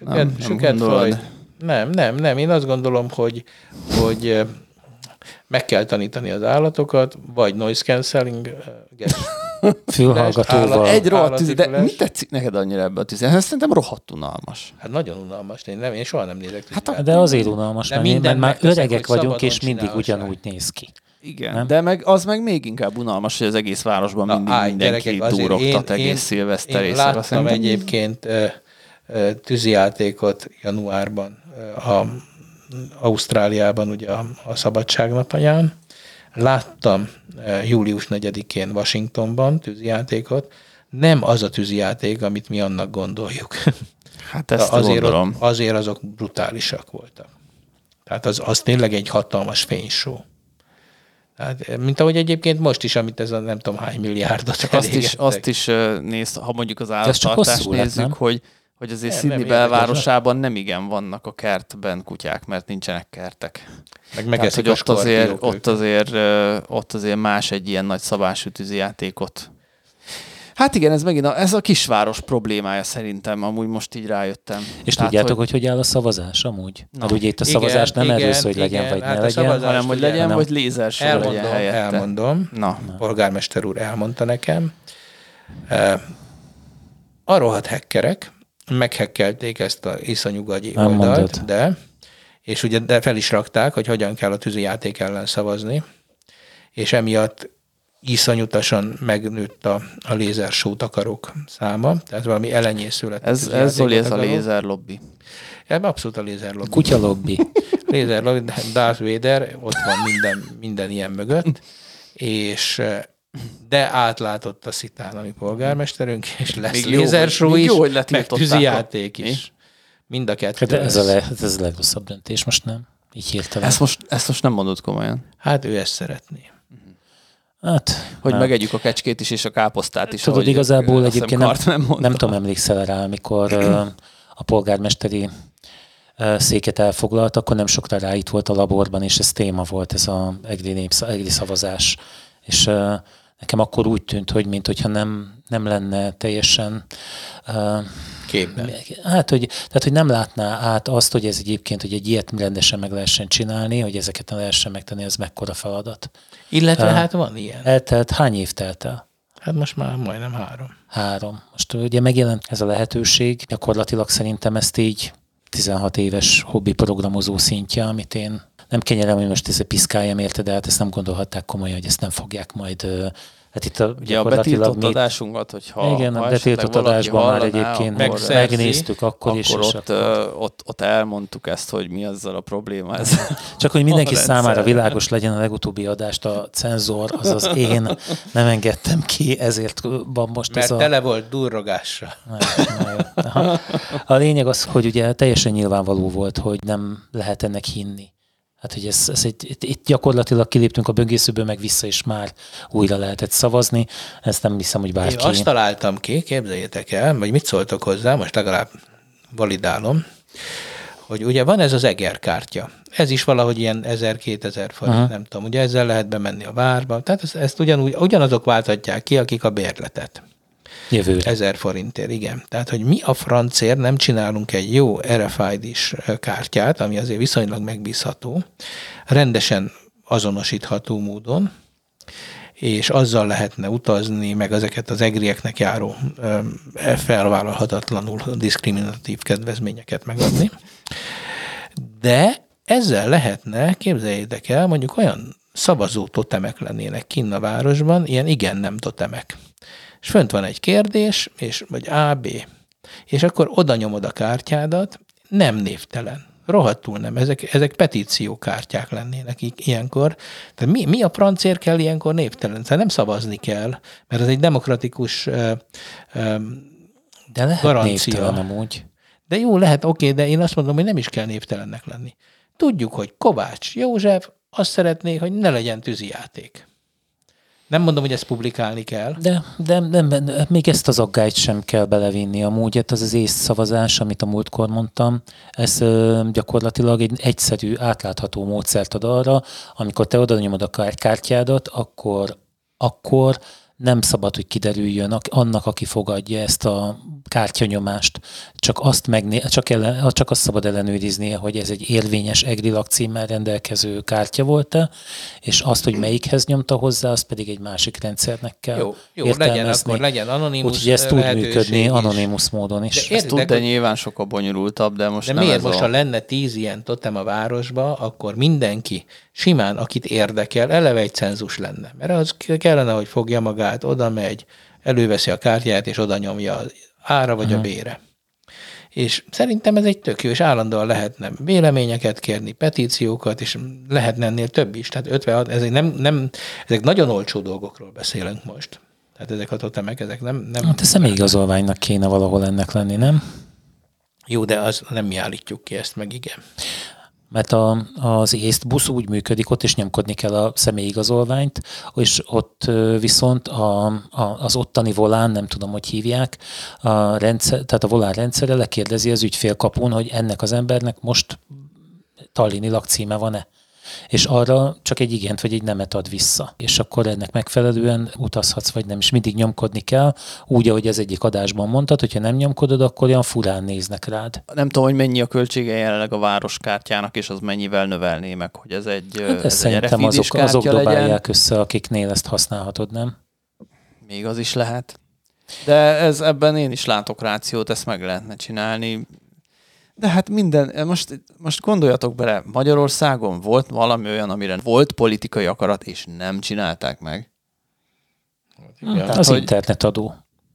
Nem. Én azt gondolom, hogy meg kell tanítani az állatokat, vagy noise cancelling, fülhallgatóval. Egy rohadt tűzi, de mi tetszik neked annyira ebbe a tűzi? Ez szerintem rohadt unalmas. Hát nagyon unalmas, én soha nem nézek tűzi. Hát, de azért unalmas, mert már öregek vagyunk, és mindig ugyanúgy néz ki. Igen, nem? De az meg még inkább unalmas, hogy az egész városban mindig mindenki durogtat egész szilveszter éjszaka. Én láttam egyébként tűzijátékot januárban, Ausztráliában, ugye a szabadságnapján. Láttam július 4-én Washingtonban tűzijátékot. Nem az a tűzijáték, amit mi annak gondoljuk. Hát ezt gondolom. Azért azok brutálisak voltak. Tehát az tényleg egy hatalmas fényshow. Tehát, mint ahogy egyébként most is, amit ez a nem tudom hány milliárdot azt is néz, ha mondjuk az állattartást nézzük, hogy azért Sydney belvárosában nem igen vannak a kertben kutyák, mert nincsenek kertek. Tehát, hogy ott azért más egy ilyen nagy szabású tűzijátékot. Hát igen, ez a kisváros problémája szerintem, amúgy most így rájöttem. És tehát, tudjátok, hogy áll a szavazás amúgy? Mert ugye itt a szavazás nem erről szól, hogy legyen vagy ne legyen, hanem hogy legyen, vagy lézersó legyen helyette. Elmondom. Polgármester úr elmondta nekem. A rohadt hackerek meghekkelték ezt a iszonyú gagyi oldalt, és ugye fel is rakták, hogy hogyan kell a tűzijáték ellen szavazni, és emiatt iszonyutasan megnőtt a lézershow takarók száma, tehát valami elenyésző lett. Ez a lézerlobbi. Abszolút a lézerlobbi. Kutyalobbi. Lézerlobbi, Darth Vader, ott van minden ilyen mögött, és de átlátott a szitálami polgármesterünk, és lesz lézershow is, meg tűzijáték is. Mind a kettő. De ez a legrosszabb döntés, most nem? Így hirtelen. Ezt most nem mondod komolyan. Hát ő ezt szeretné. Hogy megegyük a kecskét is, és a káposztát is. Tudod, igazából egyébként nem tudom, emlékszel rá, amikor a polgármesteri széket elfoglalt, akkor nem sokra rá itt volt a laborban, és ez téma volt, ez az egri szavazás. És nekem akkor úgy tűnt, hogy mintha nem lenne teljesen képben. Hát, hogy nem látná át azt, hogy ez egyébként, hogy egy ilyet rendesen meg lehessen csinálni, hogy ezeket nem lehessen megtenni, ez mekkora feladat. Illetve hát van ilyen. Eltelt, hány év telt el? Hát most már majdnem 3. Most ugye megjelent ez a lehetőség, gyakorlatilag szerintem ezt így 16 éves hobbi programozó szintje, amit én nem kenyerem, hogy most ez a piszkáljam, érte, de hát ezt nem gondolhatták komolyan, hogy ezt nem fogják majd... Hát itt ugye a betiltott adásunkat, hogyha igen, a betiltott adásban már egyébként megnéztük akkor is. Ott elmondtuk ezt, hogy mi azzal a probléma. Ez csak hogy mindenki számára világos legyen, a legutóbbi adást a cenzor, azaz én nem engedtem ki, ezért van most mert tele volt durrogásra. A lényeg az, hogy ugye teljesen nyilvánvaló volt, hogy nem lehet ennek hinni. Hát, hogy itt gyakorlatilag kiléptünk a böngészőből, meg vissza, és már újra lehetett szavazni. Ezt nem hiszem, hogy bárki... Én azt találtam ki, képzeljétek el, vagy mit szóltok hozzá, most legalább validálom, hogy ugye van ez az egerkártya. Ez is valahogy ilyen 1000-2000 forint, nem tudom. Ugye ezzel lehet bemenni a várba. Tehát ezt ugyanazok válthatják ki, akik a bérletet. Jövőre. 1000 forintért, igen. Tehát, hogy mi a francért nem csinálunk egy jó RFID-s kártyát, ami azért viszonylag megbízható, rendesen azonosítható módon, és azzal lehetne utazni, meg ezeket az egrieknek járó felvállalhatatlanul diszkriminatív kedvezményeket megadni. De ezzel lehetne, képzeljétek el, mondjuk olyan szavazó totemek lennének kinn a városban, ilyen igen-nem totemek. És fönt van egy kérdés, vagy A, B. És akkor oda nyomod a kártyádat, nem névtelen. Rohadtul nem. Ezek petíciókártyák lennének ilyenkor. Tehát mi a francért kell ilyenkor névtelen? Tehát nem szavazni kell, mert ez egy demokratikus de lehet garancia. Névtelen amúgy. De jó, lehet, oké, de én azt mondom, hogy nem is kell névtelennek lenni. Tudjuk, hogy Kovács József azt szeretné, hogy ne legyen tűzijáték. Nem mondom, hogy ezt publikálni kell. De még ezt az aggályt sem kell belevinni. Amúgy az észszavazás, amit a múltkor mondtam, ez gyakorlatilag egy egyszerű, átlátható módszert ad arra, amikor te oda nyomod a kártyádat, akkor nem szabad, hogy kiderüljön annak, aki fogadja ezt a kártyanyomást. Csak azt szabad ellenőriznie, hogy ez egy érvényes EGRI lakcímmel rendelkező kártya volt-e, és azt, hogy melyikhez nyomta hozzá, azt pedig egy másik rendszernek kell jó, értelmezni. legyen anonimus. Úgyhogy ez tud működni anonimus módon is. Ez tud, de nyilván sokkal bonyolultabb, de most nem miért most, ha lenne 10 ilyen totem a városba, akkor mindenki simán, akit érdekel, eleve egy cenzus lenne. Mert az kellene, hogy fogja magát, oda megy, előveszi a kártyát, és oda nyomja az A-ra vagy a B-re. És szerintem ez egy tök jó, és állandóan lehetne véleményeket kérni, petíciókat, és lehetne ennél több is. Tehát 56, ezek nagyon olcsó dolgokról beszélünk most. Tehát ezek a totemek, ezek nem... Hát ez személyigazolványnak kéne valahol ennek lenni, nem? Jó, de az nem mi állítjuk ki ezt meg, igen. Mert az észt busz úgy működik, ott is nyomkodni kell a személyigazolványt, és ott viszont az ottani volán, nem tudom, hogy hívják, tehát a volán rendszerre lekérdezi az ügyfélkapun, hogy ennek az embernek most tallini lakcíme van-e. És arra csak egy igent vagy egy nemet ad vissza. És akkor ennek megfelelően utazhatsz, vagy nem is mindig nyomkodni kell, úgy, ahogy az egyik adásban mondtad, hogyha nem nyomkodod, akkor olyan furán néznek rád. Nem tudom, hogy mennyi a költsége jelenleg a városkártyának, és az mennyivel növelné meg, hogy ez egy hát szerintem azok dobálják össze, akiknél ezt használhatod, nem? Még az is lehet. De ebben én is látok rációt, ezt meg lehetne csinálni. De hát most gondoljatok bele, Magyarországon volt valami olyan, amire volt politikai akarat, és nem csinálták meg. Tehát, az internetadó.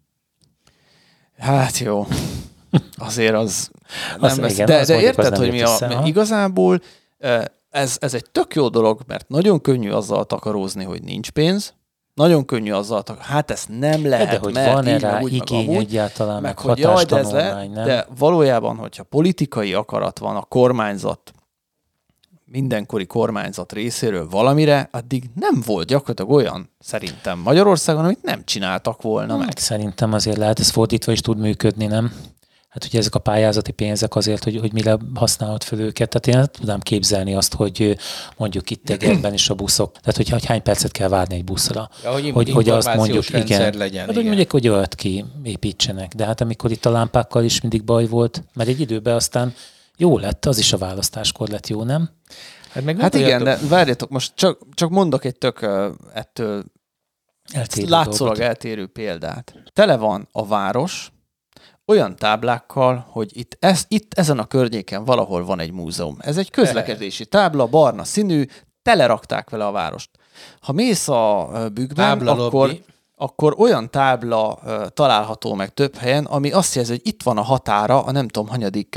Hát jó. Azért az nem lesz. De érted, hogy igazából ez egy tök jó dolog, mert nagyon könnyű azzal takarózni, hogy nincs pénz. Nagyon könnyű azzal, hát ezt nem lehet, de hogy mert van-e rá igény egyáltalán, meg hatástanulmány, nem? De valójában, hogyha politikai akarat van a kormányzat, mindenkori kormányzat részéről valamire, addig nem volt gyakorlatilag olyan, szerintem Magyarországon, amit nem csináltak volna meg. Szerintem azért lehet, ez fordítva is tud működni, nem? Hát ugye ezek a pályázati pénzek azért, hogy mire használod fel őket. Tehát én tudám képzelni azt, hogy mondjuk itt Egerben is a buszok, tehát hogy hány percet kell várni egy buszra. Ja, hogy azt mondjuk, igen. Legyen, hát, hogy mondjuk, hogy olyat kiépítsenek. De hát amikor itt a lámpákkal is mindig baj volt, mert egy időben aztán jó lett, az is a választáskor lett jó, nem? Hát igen, de várjatok, most csak mondok egy tök ettől látszólag eltérő példát. Tele van a város olyan táblákkal, hogy itt ezen a környéken valahol van egy múzeum. Ez egy közlekedési tábla, barna színű, telerakták vele a várost. Ha mész a Bükkben, akkor olyan tábla található meg több helyen, ami azt jelzi, hogy itt van a határa, a nem tudom, hanyadik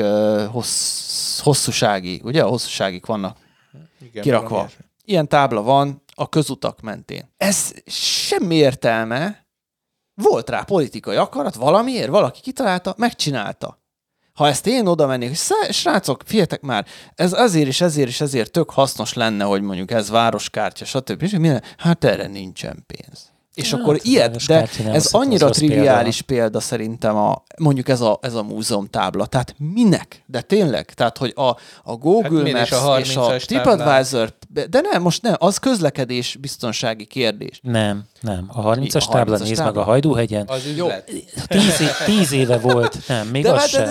hosszúsági, ugye? A hosszúságik vannak kirakva. Ilyen tábla van a közutak mentén. Ez semmi értelme. Volt rá politikai akarat, valamiért, valaki kitalálta, megcsinálta. Ha ezt én oda mennék, hogy srácok, figyeljetek már, ez ezért tök hasznos lenne, hogy mondjuk ez városkártya, stb. Hát erre nincsen pénz. És hát, akkor ilyet, de ez annyira triviális példa szerintem mondjuk ez a múzeum tábla. Tehát minek? De tényleg? Tehát, hogy a Google Maps és a TripAdvisor, de nem, most nem, az közlekedés biztonsági kérdés. Nem. A 30-as tábla, nézd meg a Hajdúhegyen. Az üzlet. 10 éve volt, nem, még de, az se. De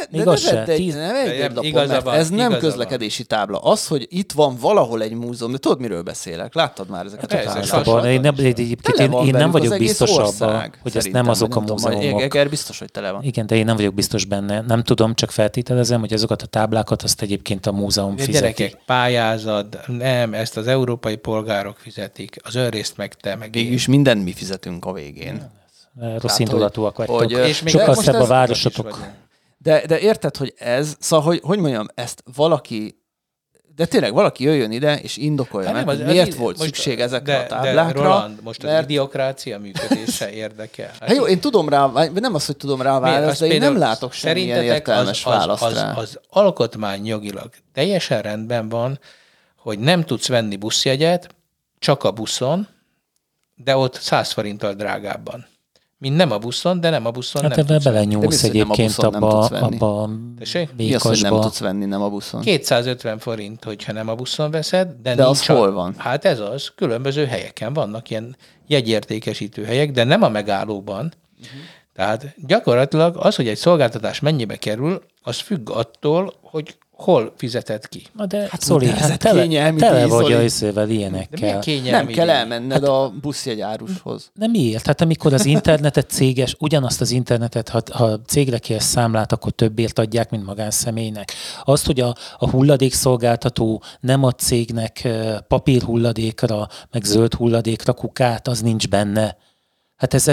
ez nem közlekedési tábla. Az, hogy itt van valahol egy múzeum, de tudod, miről beszélek? Láttad már ezeket a táblákat? Én nem vagyok biztos abban, hogy ezt nem azok a múzeumok. Eger biztos, hogy tele van. Igen, de én nem vagyok biztos benne. Nem tudom, csak feltételezem, hogy azokat a táblákat azt egyébként a múzeum fizeti. Gyerekek, pályázat, nem, ezt az európai polgárok fizetik. Az önrészt meg te, meg végülis mindent mi fizetünk a végén. Rossz indulatúak vagytok. És sokkal szebb a városotok. De érted, hogy ez, szóval, hogy mondjam, ezt valaki, de tényleg valaki jöjjön ide, és indokolja meg, hogy miért volt szükség ezekre a táblákra. De Roland, most az idiokrácia működése érdekel. Hát jó, én tudom rá, nem az, hogy tudom rá választ, de én nem látok semmilyen értelmes választ rá. Az alkotmányjogilag teljesen rendben van, hogy nem tudsz venni buszjegyet, csak a buszon, de ott 100 forinttal drágábban. Mint nem a buszon, de nem a buszon hát nem tudsz venni. belenyúlsz egyébként abba a mi az, hogy nem tudsz venni nem a buszon? 250 forint, hogyha nem a buszon veszed, de az hol van? Hát ez az, különböző helyeken vannak ilyen jegyértékesítő helyek, de nem a megállóban. Tehát gyakorlatilag az, hogy egy szolgáltatás mennyibe kerül, az függ attól, hogy hol fizeted ki. Na de hát Zoli, tele vagy a összével ilyenekkel. Nem kell elmenned a buszjegyárushoz. De miért? Hát amikor az internetet céges, ugyanazt az internetet, ha cégre kérsz számlát, akkor többért adják, mint magánszemélynek. Azt, hogy a hulladékszolgáltató nem ad cégnek papírhulladékra, meg zöld hulladékra kukát, az nincs benne. Hát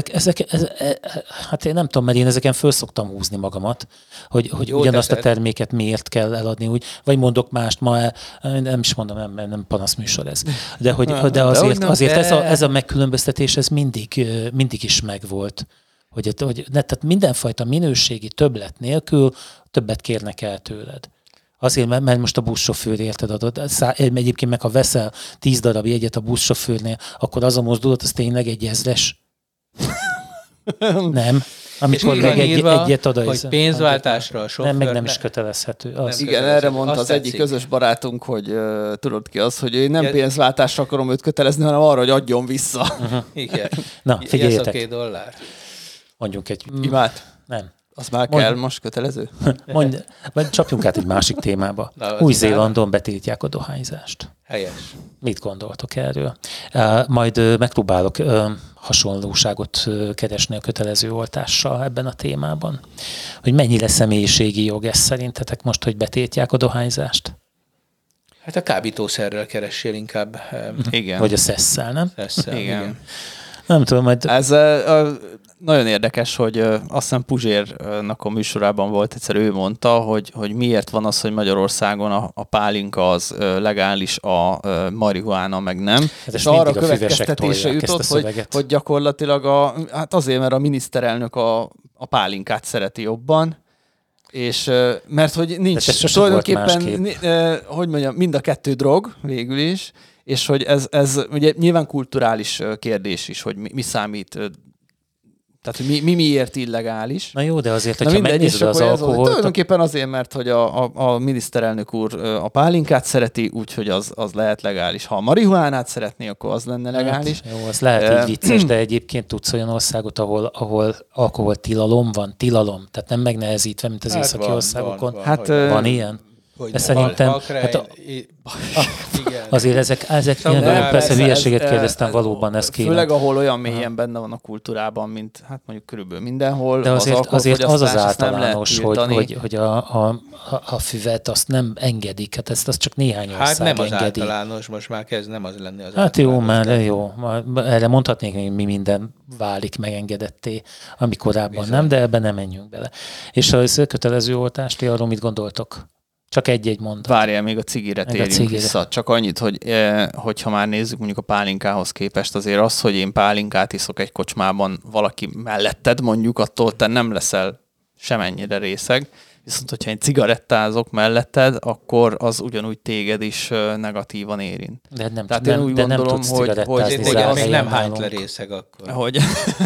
hát én nem tudom, mert én ezeken föl szoktam húzni magamat, hogy jó, ugyanazt a terméket miért kell eladni úgy, vagy mondok mást, nem is mondom, nem panaszműsor ez. De azért ez a megkülönböztetés, ez mindig is megvolt. Tehát mindenfajta minőségi többlet nélkül többet kérnek el tőled. Azért, mert most a buszsofőr érted adod. Egyébként meg ha veszel 10 darab jegyet a buszsofőrnél, akkor az a mozdulat, az tényleg 1000-es. Nem. Amikor meg egyet oda hogy pénzváltásra a sofőr... Nem, meg nem is kötelezhető. Igen, erre mondta az egyik közös barátunk, hogy tudod ki az, hogy én nem pénzváltásra akarom őt kötelezni, hanem arra, hogy adjon vissza. Igen. Na, figyeljetek. $2. Mondjuk egy... Imát? Nem. Az már kell most kötelező? Vagy csapjunk át egy másik témába. Új-Zélandon betiltják a dohányzást. Helyes. Mit gondoltok erről? Majd megpróbálok hasonlóságot keresni a kötelező oltással ebben a témában. Hogy mennyire személyiségi jog ez szerintetek most, hogy betiltják a dohányzást? Hát a kábítószerrel keressél inkább. Igen. Vagy a szesszel, nem? Szesszel, igen. Nem tudom, majd... Ez nagyon érdekes, hogy azt hiszem Puzsérnak a műsorában volt egyszer, ő mondta, hogy miért van az, hogy Magyarországon a pálinka az legális, a marihuána meg nem. Hát és arra következtetésre jutott, hogy gyakorlatilag hát azért, mert a miniszterelnök a pálinkát szereti jobban, és mert hogy nincs tulajdonképpen, hogy mondjam, mind a kettő drog végül is, és hogy ez ugye nyilván kulturális kérdés is, hogy mi számít, tehát hogy mi miért illegális. Na jó, de azért, hogyha megnézed az alkoholt... Tulajdonképpen azért, mert hogy a miniszterelnök úr a pálinkát szereti, úgyhogy az lehet legális. Ha a marihuánát szeretné, akkor az lenne legális. Hát, jó, az lehet így vicces, de egyébként tudsz olyan országot, ahol alkoholtilalom van, tilalom, tehát nem megnehezítve, mint az északi országokon. Van ilyen? Szerintem... Azért ezek persze hülyeséget kérdeztem, valóban ez kéne. Főleg, ahol olyan mélyen benne van a kultúrában, mint hát mondjuk körülbelül mindenhol. De azért az általános, hogy a füvet azt nem engedik, hát ezt csak néhány ország engedi. Hát nem az általános, most már kezd nem az lenni az hát jó, már jó. Erre mondhatnék, hogy mi minden válik megengedetté, ami korábban nem, de ebben nem menjünk bele. És a kötelező oltást, ti arról mit gondoltok? Csak egy-egy mondat. Várjál, még a cigire térjünk vissza. Csak annyit, hogyha már nézzük mondjuk a pálinkához képest, azért az, hogy én pálinkát iszok egy kocsmában valaki melletted, mondjuk attól te nem leszel semennyire részeg. Viszont, hogyha én cigarettázok melletted, akkor az ugyanúgy téged is negatívan érint. De nem, tehát én úgy gondolom, nem tudsz cigarettázni. Még nem hányt le részeg akkor. Hogy?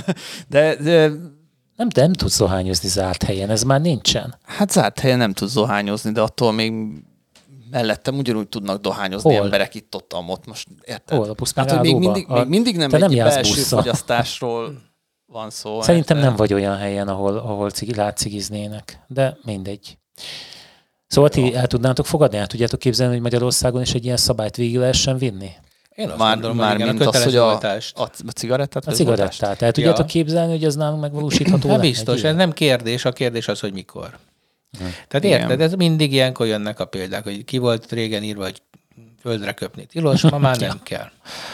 Nem tudsz dohányozni zárt helyen, ez már nincsen. Hát zárt helyen nem tudsz dohányozni, de attól még mellettem ugyanúgy tudnak dohányozni emberek itt-ott most érted? Hol? Hát, hogy még mindig nem egy belső fogyasztásról van szó. Szerintem nem vagy olyan helyen, ahol látcigiznének, de mindegy. Szóval ti el tudnátok fogadni, el tudjátok képzelni, hogy Magyarországon is egy ilyen szabályt végig lehessen vinni? Én azt gondolom, hogy igen, mint az, hogy a cigarettát? A cigarettát. El tudjátok képzelni, hogy ez nálunk megvalósítható? Hát biztos, ez nem kérdés, a kérdés az, hogy mikor. Tehát érted, ez mindig ilyenkor jönnek a példák, hogy ki volt régen írva, hogy földre köpni tilos, ma már nem kell.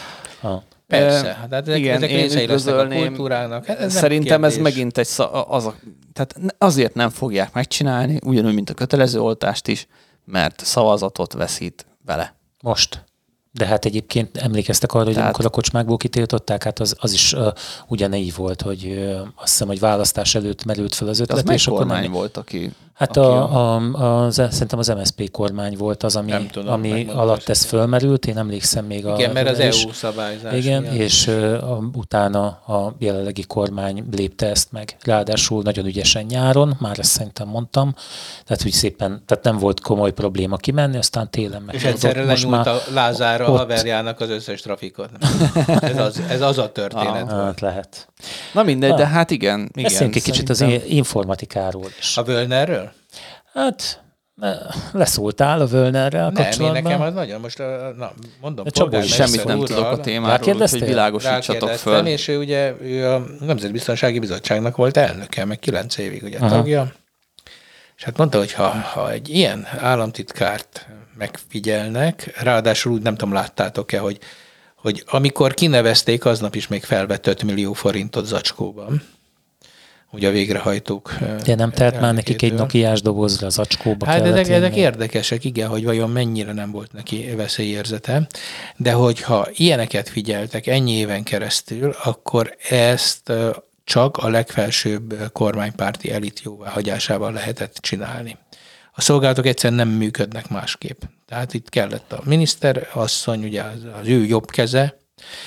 Persze, tehát ezek részei lesznek a kultúrának. Hát szerintem ez megint tehát azért nem fogják megcsinálni, ugyanúgy, mint a kötelező oltást is, mert szavazatot veszít vele. Most. De hát egyébként emlékeztek arra, hogy amikor a kocsmákból kitiltották, hát az is ugyanígy volt, hogy azt hiszem, hogy választás előtt merült fel az ötlet. Az kormány volt, aki... Hát szerintem az MSZP kormány volt az, ami alatt ez fölmerült. Én emlékszem még igen, mert az EU szabályzás. Igen, és utána a jelenlegi kormány lépte ezt meg. Ráadásul nagyon ügyesen nyáron, már ezt szerintem mondtam. Tehát, hogy szépen, tehát nem volt komoly probléma kimenni, aztán télen meg. És egyszerre lenyúlt a Lázárra a haverjának az összes trafikot. Ez az a történet. Hát lehet. Na mindegy, de hát igen. Beszéljünk egy kicsit az informatikáról is. A Völnerről? Hát leszóltál a Völnerrel kapcsolatban? Nekem az nagyon, most mondom, semmit nem tudok a témáról, úgyhogy világosítsatok föl. És ő a Nemzetbiztonsági Bizottságnak volt elnöke, meg 9 évig ugye tagja. És hát mondta, hogy ha egy ilyen államtitkárt megfigyelnek, ráadásul úgy nem tudom, láttátok-e, hogy amikor kinevezték, aznap is még felvett 5 millió forintot zacskóban. Ugye a végrehajtók. De nem telt már nekik egy nokiás dobozra az zacskóba. Hát ezek érdekesek, igen, hogy vajon mennyire nem volt neki veszélyérzete. De hogyha ilyeneket figyeltek ennyi éven keresztül, akkor ezt csak a legfelsőbb kormánypárti elit jóváhagyásával lehetett csinálni. A szolgálatok egyszerűen nem működnek másképp. Tehát itt kellett a miniszter asszony, ugye az ő jobb keze,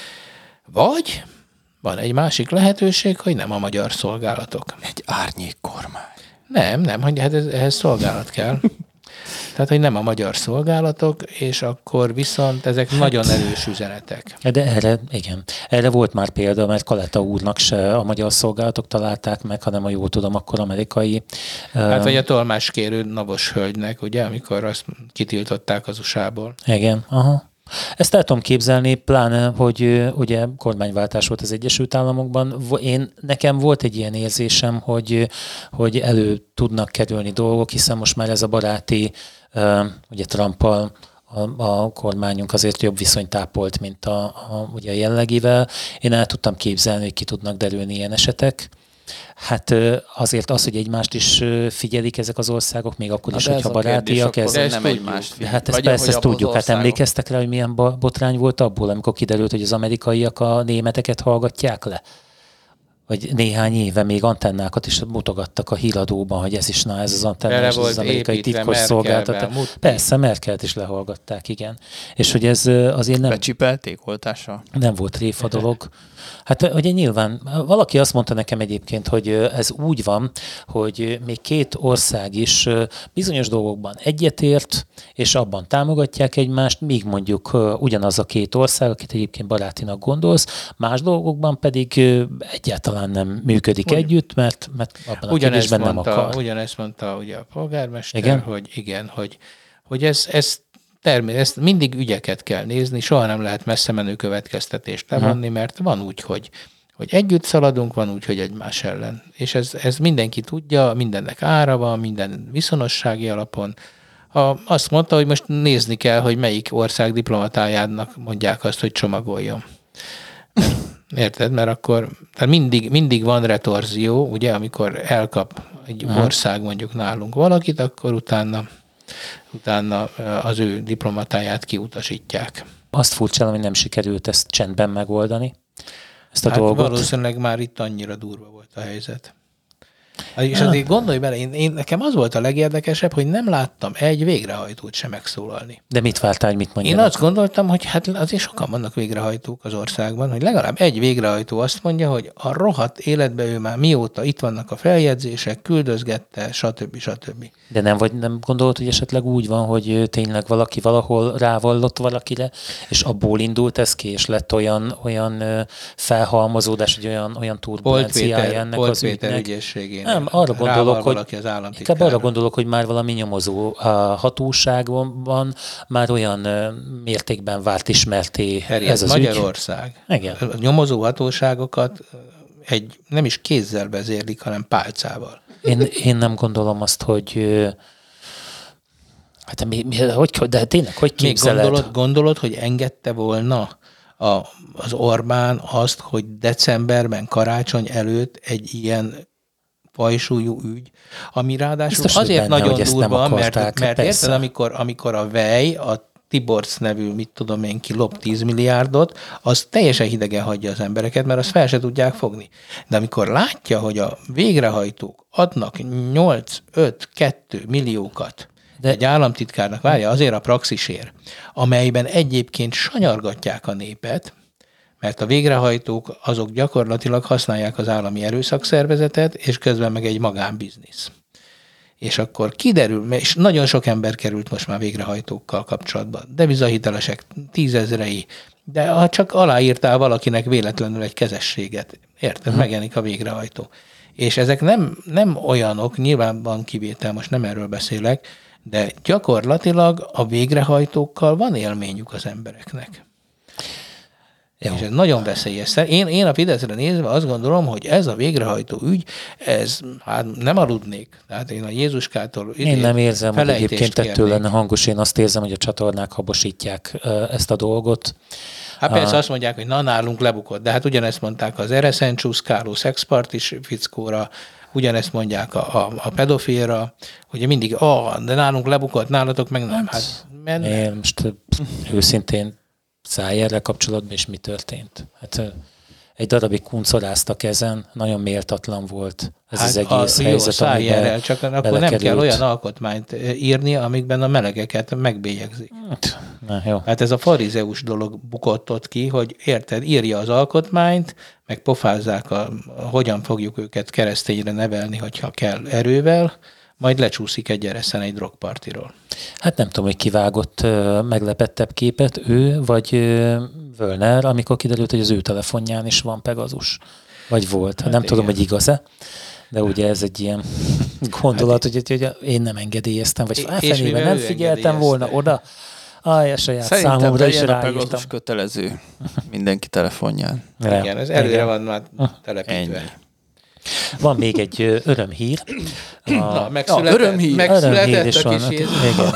vagy van egy másik lehetőség, hogy nem a magyar szolgálatok. Egy árnyék kormány. Nem, hogy hát ehhez szolgálat kell. Tehát, hogy nem a magyar szolgálatok, és akkor viszont ezek nagyon erős üzenetek. De erre volt már példa, mert Kaleta úrnak se a magyar szolgálatok találták meg, hanem a jól tudom, akkor amerikai. Hát vagy a tolmáskérő Navos hölgynek, ugye, amikor azt kitiltották az USA-ból. Igen, aha. Ezt el tudom képzelni, pláne, hogy ugye kormányváltás volt az Egyesült Államokban. Nekem volt egy ilyen érzésem, hogy elő tudnak kerülni dolgok, hiszen most már ez a baráti, ugye Trumpal a kormányunk azért jobb viszonyt tápolt, mint ugye a jellegivel. Én el tudtam képzelni, hogy ki tudnak derülni ilyen esetek. Hát azért az, hogy egymást is figyelik ezek az országok, még akkor is, hogyha barátiak. Nem egymást figyelik. Hát persze ezt tudjuk. Hát emlékeztek rá, hogy milyen botrány volt abból, amikor kiderült, hogy az amerikaiak a németeket hallgatják le? Vagy néhány éve még antennákat is mutogattak a híradóban, hogy ez is, ez az antenna, és az amerikai titkos szolgáltatás. Persze, Merkelt is lehallgatták, igen. És hogy ez azért nem... Becsipelték oltással? Nem volt tréfa dolog. Hát ugye nyilván, valaki azt mondta nekem egyébként, hogy ez úgy van, hogy még két ország is bizonyos dolgokban egyetért, és abban támogatják egymást, míg mondjuk ugyanaz a két ország, akit egyébként barátinak gondolsz, más dolgokban pedig egyáltalán nem működik együtt, mert abban a kérdésben nem akar. Ugyanezt mondta ugye a polgármester, igen? hogy ezt mindig ügyeket kell nézni, soha nem lehet messze menő következtetést levonni, mert van úgy, hogy együtt szaladunk, van úgy, hogy egymás ellen. És ez mindenki tudja, mindennek ára van, minden viszonossági alapon. Azt mondta, hogy most nézni kell, hogy melyik ország diplomatájának mondják azt, hogy csomagoljon. Érted? Mert akkor tehát mindig van retorzió, ugye, amikor elkap egy ország mondjuk nálunk valakit, akkor utána az ő diplomatáját kiutasítják. Azt furcsálom, hogy nem sikerült ezt csendben megoldani, ezt a dolgot. Valószínűleg már itt annyira durva volt a helyzet. És azért gondolj bele, nekem az volt a legérdekesebb, hogy nem láttam egy végrehajtót sem megszólalni. De mit vártál, hogy mit mondjanak? Én azt gondoltam, hogy hát azért sokan vannak végrehajtók az országban, hogy legalább egy végrehajtó azt mondja, hogy a rohadt életben ő már mióta itt vannak a feljegyzések, küldözgette, stb. De nem gondolod, hogy esetleg úgy van, hogy tényleg valaki valahol rávallott valakire, és abból indult ez ki, és lett olyan felhalmozódás, hogy olyan turbulenciája ennek az ügynek. Ügyészségének. Nem, arra gondolok, hogy már valami nyomozó hatóságban már olyan mértékben vált ismerté ez az Magyarország. Ügy. Igen. A nyomozó hatóságokat nem is kézzel vezérlik, hanem pálcával. Én nem gondolom azt, hogy de tényleg, hogy képzeled? Gondolod, hogy engedte volna az Orbán azt, hogy decemberben, karácsony előtt egy ilyen fajsúlyú ügy, ami ráadásul biztos, azért benne, nagyon durva, mert érted, amikor a Vej, a Tiborcs nevű, mit tudom én ki, lop 10 milliárdot, az teljesen hidegen hagyja az embereket, mert azt fel se tudják fogni. De amikor látja, hogy a végrehajtók adnak 8-5-2 milliókat egy államtitkárnak, várja, azért a praxisért, amelyben egyébként sanyargatják a népet, mert a végrehajtók azok gyakorlatilag használják az állami erőszakszervezetet, és közben meg egy magánbiznisz. És akkor kiderül, és nagyon sok ember került most már végrehajtókkal kapcsolatban, devizahitelesek 10 000-ei, de ha csak aláírtál valakinek véletlenül egy kezességet, érted, megjelenik a végrehajtó. És ezek nem olyanok, nyilván van kivétel, most nem erről beszélek, de gyakorlatilag a végrehajtókkal van élményük az embereknek. Jó. És ez nagyon veszélyes. Én a Fideszre nézve azt gondolom, hogy ez a végrehajtó ügy, ez hát nem aludnék. Tehát én a Jézuskától én nem érzem, hogy egyébként ettől lenne hangos. Én azt érzem, hogy a csatornák habosítják ezt a dolgot. Hát persze azt mondják, hogy nálunk lebukott, de hát ugyanezt mondták az ereszen csúszkáló szexpartis fickóra, ugyanezt mondják a pedofilra, hogy mindig, de nálunk lebukott, nálatok meg nem. Hát, én most őszintén Szájerrel kapcsolatban is mi történt? Hát egy darabig kuncoráztak ezen, nagyon méltatlan volt ez az egész helyzet. Szájerrel, csak akkor nem kell olyan alkotmányt írni, amikben a melegeket megbélyegzik. Hát ez a farizeus dolog bukott ott ki, hogy érted, írja az alkotmányt, meg pofázzák, hogyan fogjuk őket keresztényre nevelni, hogyha kell erővel, majd lecsúszik egy ereszen egy drogpartiról. Hát nem tudom, hogy kivágott meglepettebb képet, ő vagy Völner, amikor kiderült, hogy az ő telefonján is van Pegazus. Vagy volt. Hát nem tudom, hogy igaz-e, de ugye ez egy ilyen gondolat, hogy én nem engedélyeztem, vagy felfenében nem figyeltem volna oda. A saját szerintem számomra is ráírtam. Szerintem Pegazus kötelező mindenki telefonján. Igen, ez előre van már telepítve. Ennyi. Van még egy örömhír. Megszületett is a van. kis Igen.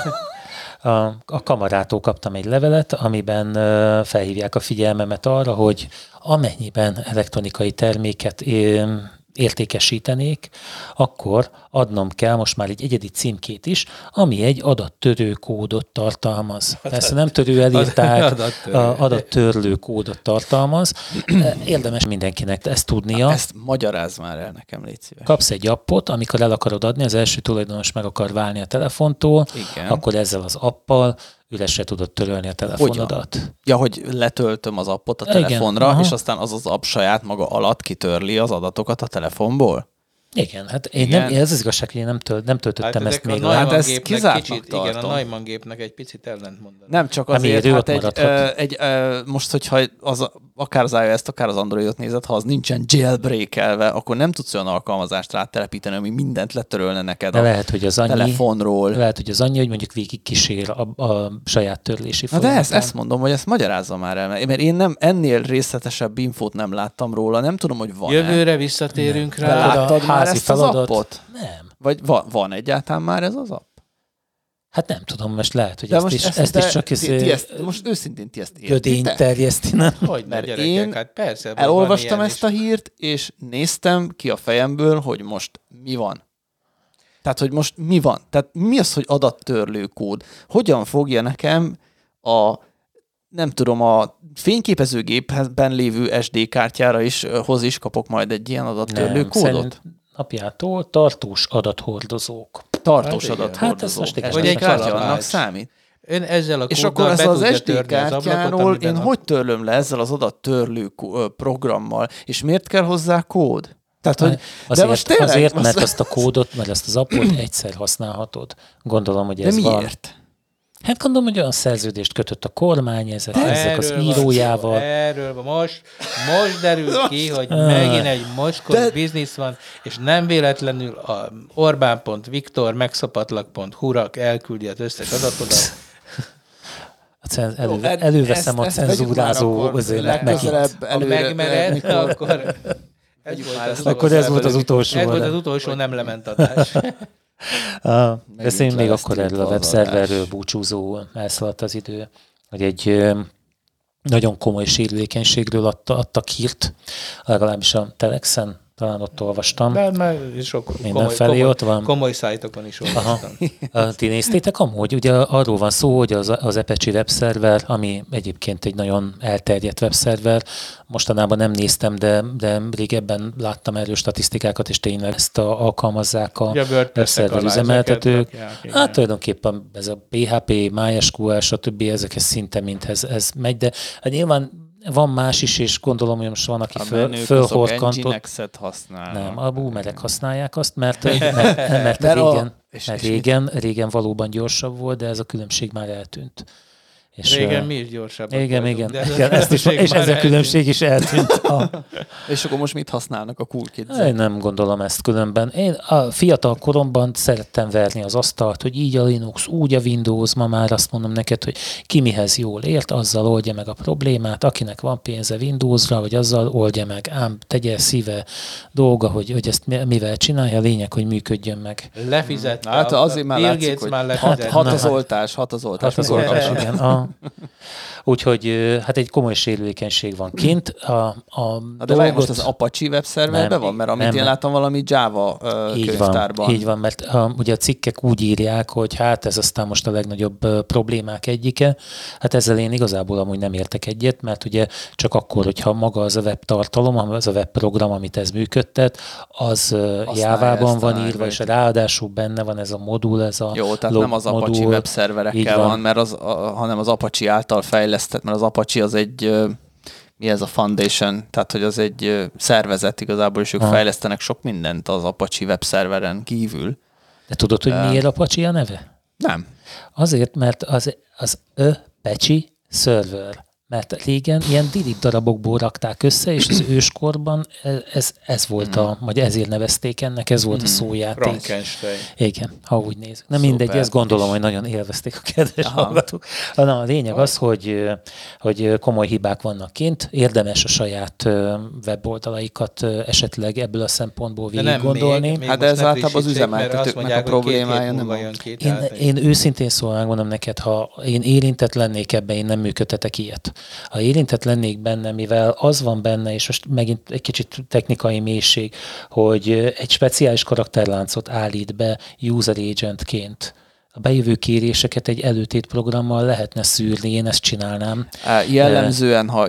A kamarától kaptam egy levelet, amiben felhívják a figyelmemet arra, hogy amennyiben elektronikai terméket értékesítenék, akkor adnom kell most már egy egyedi címkét is, ami egy adattörő kódot tartalmaz. Persze nem törő elírták, adattörlő kódot tartalmaz. Érdemes mindenkinek ezt tudnia. Ezt magyarázz már el nekem, légy szíves. Kapsz egy appot, amikor el akarod adni, az első tulajdonos meg akar válni a telefontól, igen. Akkor ezzel az appal üresre tudod törölni a telefonodat. Ja, hogy letöltöm az appot a telefonra, igen, és aztán az app saját maga alatt kitörli az adatokat a telefonból? Igen, hát ez az igazság, hogy én nem töltöttem ezt még. Hát ezt kizártnak tartom. Igen, a Neumann gépnek egy picit ellentmondanak. Nem csak azért, hát most, hogyha akár az iOS-t, akár az Androidot nézed, ha az nincsen jailbreakelve, akkor nem tudsz olyan alkalmazást rátelepíteni, ami mindent letörölne neked lehet, hogy az telefonról. Lehet, hogy az annyi, hogy mondjuk végig kísér a saját törlési folyamatán. De ezt mondom, hogy ezt magyarázza már el, mert én nem ennél részletesebb infót nem láttam róla, nem tudom, hogy van. Jövőre visszatérünk rá. Láttad már ezt az appot? Nem. Vagy van egyáltalán már ez az app? Hát nem tudom, most lehet, hogy ezt is csak most őszintén ti ezt gödény terjeszti, nem? Hogy mert én hát persze, elolvastam ezt a hírt, és néztem ki a fejemből, hogy most mi van. Tehát, hogy most mi van? Tehát mi az, hogy adattörlő kód? Hogyan fogja nekem a fényképezőgépben lévő SD kártyára is kapok majd egy ilyen adattörlő kódot? apjától tartós adathordozók. Tartós adathordozók. Hát ez most Vagy egy kártya annak számít. Ön ezzel a és akkor ezzel az SD kártyáról én hogy törlöm le ezzel az adattörlő programmal, és miért kell hozzá kód? Tehát, hogy, azért, mert azt a kódot, mert ezt az appot egyszer használhatod. Gondolom, hogy ez van. Miért? Hát gondolom, hogy olyan szerződést kötött a kormány ezek az írójával. Erről most derül ki, hogy megint egy mocskos biznisz van, és nem véletlenül a Orbán.Viktor.megszapatlak.hu-ra elküldi az összes adatodat. Előveszem a cenzúrázó özélet neki. Ha megmered, akkor ez volt az utolsó. Ez volt az utolsó nem lement adás. Beszéljünk még akkor erről a webszerverről búcsúzó elszaladt az idő, hogy egy nagyon komoly sérülékenységről adtak hírt, legalábbis a Telexen, talán ott olvastam. De már mindenfelé ott van. Komoly szájtokon is olvastam. Ti néztétek amúgy? Ugye arról van szó, hogy az Apache webszerver, ami egyébként egy nagyon elterjedt webszerver, mostanában nem néztem, de régebben láttam erről statisztikákat, és tényleg ezt alkalmazzák a webszerver üzemeltetők. Hát tulajdonképpen ez a PHP, MySQL, stb. Ezekhez szinte mindhez ez megy, de hát nyilván van más is, és gondolom, hogy most van, aki fölhorkantott. Nem, a boomerek használják azt, mert régen valóban gyorsabb volt, de ez a különbség már eltűnt. És régen mi is gyorsabb. Igen. És ez a különbség is eltűnt. És akkor most mit használnak a cool kids? Én nem gondolom ezt különben. Én a fiatal koromban szerettem verni az asztalt, hogy így a Linux, úgy a Windows, ma már azt mondom neked, hogy ki mihez jól ért, azzal oldja meg a problémát, akinek van pénze Windowsra, vagy azzal oldja meg, ám tegye szíve dolga, hogy ezt mivel csinálja, a lényeg, hogy működjön meg. Lefizette. Hát azért már látszik, hogy hat az oltás. Igen. Úgyhogy hát egy komoly sérülékenység van kint. De várj, most az Apache webszerverben van? Mert amit én láttam valami Java könyvtárban. Így van, mert ugye a cikkek úgy írják, hogy hát ez aztán most a legnagyobb problémák egyike. Hát ezzel én igazából amúgy nem értek egyet, mert ugye csak akkor, hogyha maga az a web tartalom, az a webprogram, amit ez működtet, az Java-ban van írva, és ráadásul benne van ez a modul, ez a jó, tehát nem az Apache webszerverekkel van, mert hanem az Apache által fejlesztett, mert az Apache az egy, mi ez a foundation, tehát hogy az egy szervezet igazából, és ők fejlesztenek sok mindent az Apache webszerveren kívül. De tudod, hogy miért Apache a neve? Nem. Azért, mert az Apache server. Mert régen ilyen dirib darabokból rakták össze, és az őskorban ez volt vagy ezért nevezték ennek, ez volt a szójáték. Frankenstein. Igen, ha úgy nézzük. Nem mindegy, ezt gondolom, hogy nagyon élvezték a kedves hallgatók. A lényeg az, hogy komoly hibák vannak kint, érdemes a saját weboldalaikat esetleg ebből a szempontból végig gondolni. Hát de ez általában az üzemeltetőknek a problémája. Nem én őszintén szóval megmondom neked, ha én érintett lennék ebben, én nem működtetek ilyet. Ha érintett lennék benne, mivel az van benne, és most megint egy kicsit technikai mélység, hogy egy speciális karakterláncot állít be user agentként. A bejövő kéréseket egy előtét programmal lehetne szűrni, én ezt csinálnám. Jellemzően, ha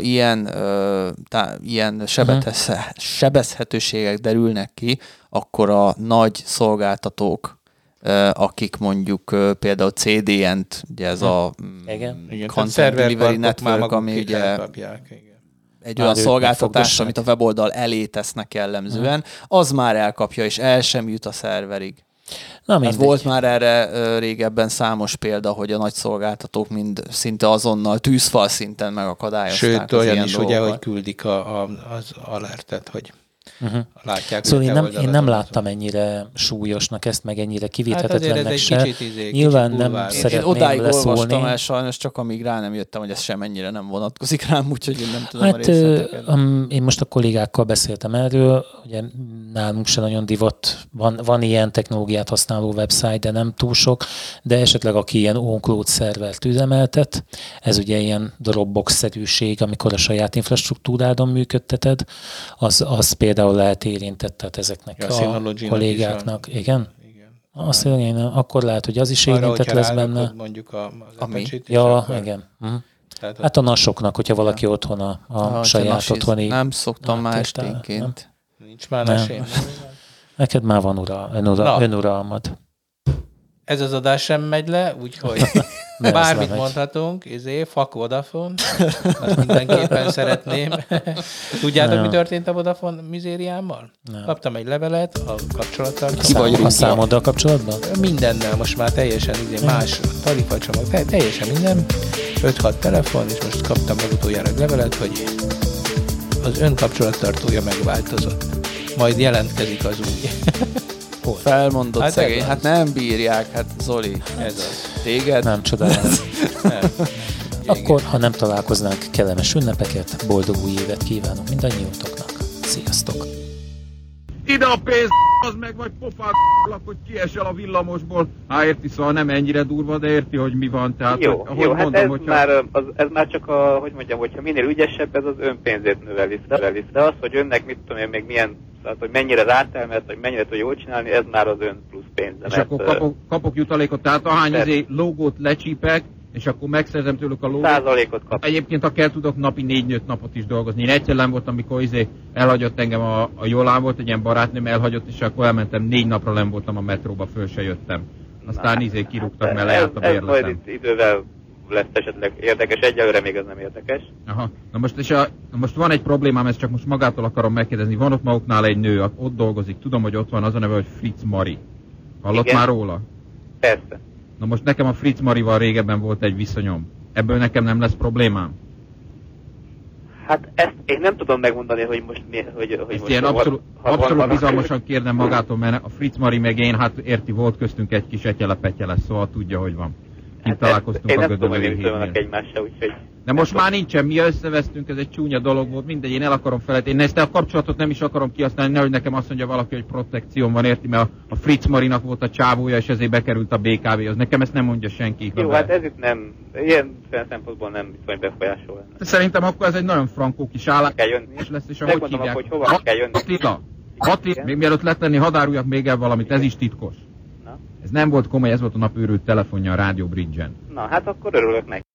ilyen sebezhetőségek derülnek ki, akkor a nagy szolgáltatók, akik mondjuk például CDN-t, ugye ez a Content Delivery Network, ami ugye egy olyan szolgáltatás, amit a weboldal elé tesznek jellemzően, az már elkapja, és el sem jut a szerverig. Hát volt már erre régebben számos példa, hogy a nagy szolgáltatók mind szinte azonnal tűzfal szinten megakadályozták. Sőt, olyan is ugye, hogy küldik az alertet, hogy látják. Szóval én nem láttam ennyire súlyosnak ezt, meg ennyire kivéthetetlennek se. Nyilván nem szeretném odáig leszólni. Olvastam el sajnos, csak amíg rá nem jöttem, hogy ez sem ennyire nem vonatkozik rám, úgyhogy én nem tudom a részleteket. Én most a kollégákkal beszéltem erről, ugye nálunk se nagyon divat, van ilyen technológiát használó website, de nem túl sok, de esetleg aki ilyen on-cloud szervert üzemeltet, ez ugye ilyen Dropbox-szerűség, amikor a saját infrastruktúrádon működteted, az például lehet érintett, tehát ezeknek a kollégáknak. Igen? Azt mondja, akkor lehet, hogy az is érintett lesz benne. Mondjuk az Apache-t. Ja, igen. Hát a nasoknak, hogyha valaki otthon a saját otthoni... Nem szoktam már esténként. Nincs már nasém. Neked már van önuralmad. Ez az adás sem megy le, úgyhogy bármit mondhatunk, fuck Vodafone, azt mindenképpen szeretném. Tudjátok, mi történt a Vodafone mizériámmal? Nem. Kaptam egy levelet a kapcsolattartóval. Ki vagy A számoddal kapcsolatban? Mindennel, most már teljesen más tarifacsomag, teljesen minden, 5-6 telefon, és most kaptam legutoljára egy levelet, hogy az ön kapcsolattartója megváltozott. Majd jelentkezik az új. Felmondott szegény, hát nem bírják, hát Zoli. Ez az. Téged? Nem csodálom. Akkor, ha nem találkoznánk, kellemes ünnepeket, boldog új évet kívánunk mindannyiótoknak. Sziasztok! Ide a pénz, az meg vagy pofát, hogy kiesel a villamosból. Érti, szóval nem ennyire durva, de érti, hogy mi van. Tehát, jó, hogy, jó, hát mondom, ez, hogyha... ez már csak hogy mondjam, hogyha minél ügyesebb, ez az önpénzét növeli. De az, hogy önnek mit tudom én még milyen, tehát, hogy mennyire rátermelt, hogy mennyire tud jól csinálni, ez már az ön plusz pénze. És akkor kapok jutalékot, tehát ahány logót lecsípek, és akkor megszerzem tőlük a logót. Százalékot kap. Egyébként, ha kell, tudok napi 4-5 napot is dolgozni. Én egyszer nem voltam, amikor elhagyott engem a Jolán, volt egy ilyen barátnőm, elhagyott, és akkor elmentem, 4 napra nem voltam a metróba, föl se jöttem. Aztán kirúgtak, mert lejárt a bérletem. Ez majd idővel lesz esetleg érdekes, egyelőre még ez nem érdekes. Aha. Na most van egy problémám, ezt csak most magától akarom megkérdezni. Van ott maguknál egy nő, ott dolgozik, tudom, hogy ott van, az a neve, hogy Fritz Mari. Hallott Igen. már róla? Persze. Na most nekem a Fritz Marival régebben volt egy viszonyom. Ebből nekem nem lesz problémám? Hát ezt én nem tudom megmondani, hogy most mi, hogy Ezt most ilyen abszolút bizalmasan kérdem magától, mert a Fritz Mari meg én, hát érti, volt köztünk egy kis etyele-petyele, szóval tudja, hogy van. Kint találkoztunk a Gödöllői hídnél. Egymással, úgyhogy... De most már nincsen, mi összevesztünk, ez egy csúnya dolog volt, mindegy, én el akarom felejteni. Én ezt a kapcsolatot nem is akarom kihasználni, nehogy nekem azt mondja valaki, hogy protekcióm van, érti, mert a Fritz Marinak volt a csávója, és ezért bekerült a BKV-hoz. Nekem ezt nem mondja senki. Jó, hát ez itt nem, ilyen szempontból nem itt befolyásol. Szerintem akkor ez egy nagyon frankó kis állás lesz, és ahogy hívják. Hogy hova kell jönni. Attila, még mielőtt letenni, hadd áruljak még el valamit, ez is titkos. Ez nem volt komoly, ez volt a nap őrült telefonja a Rádió Bridge-en. Na, hát akkor örülök neki.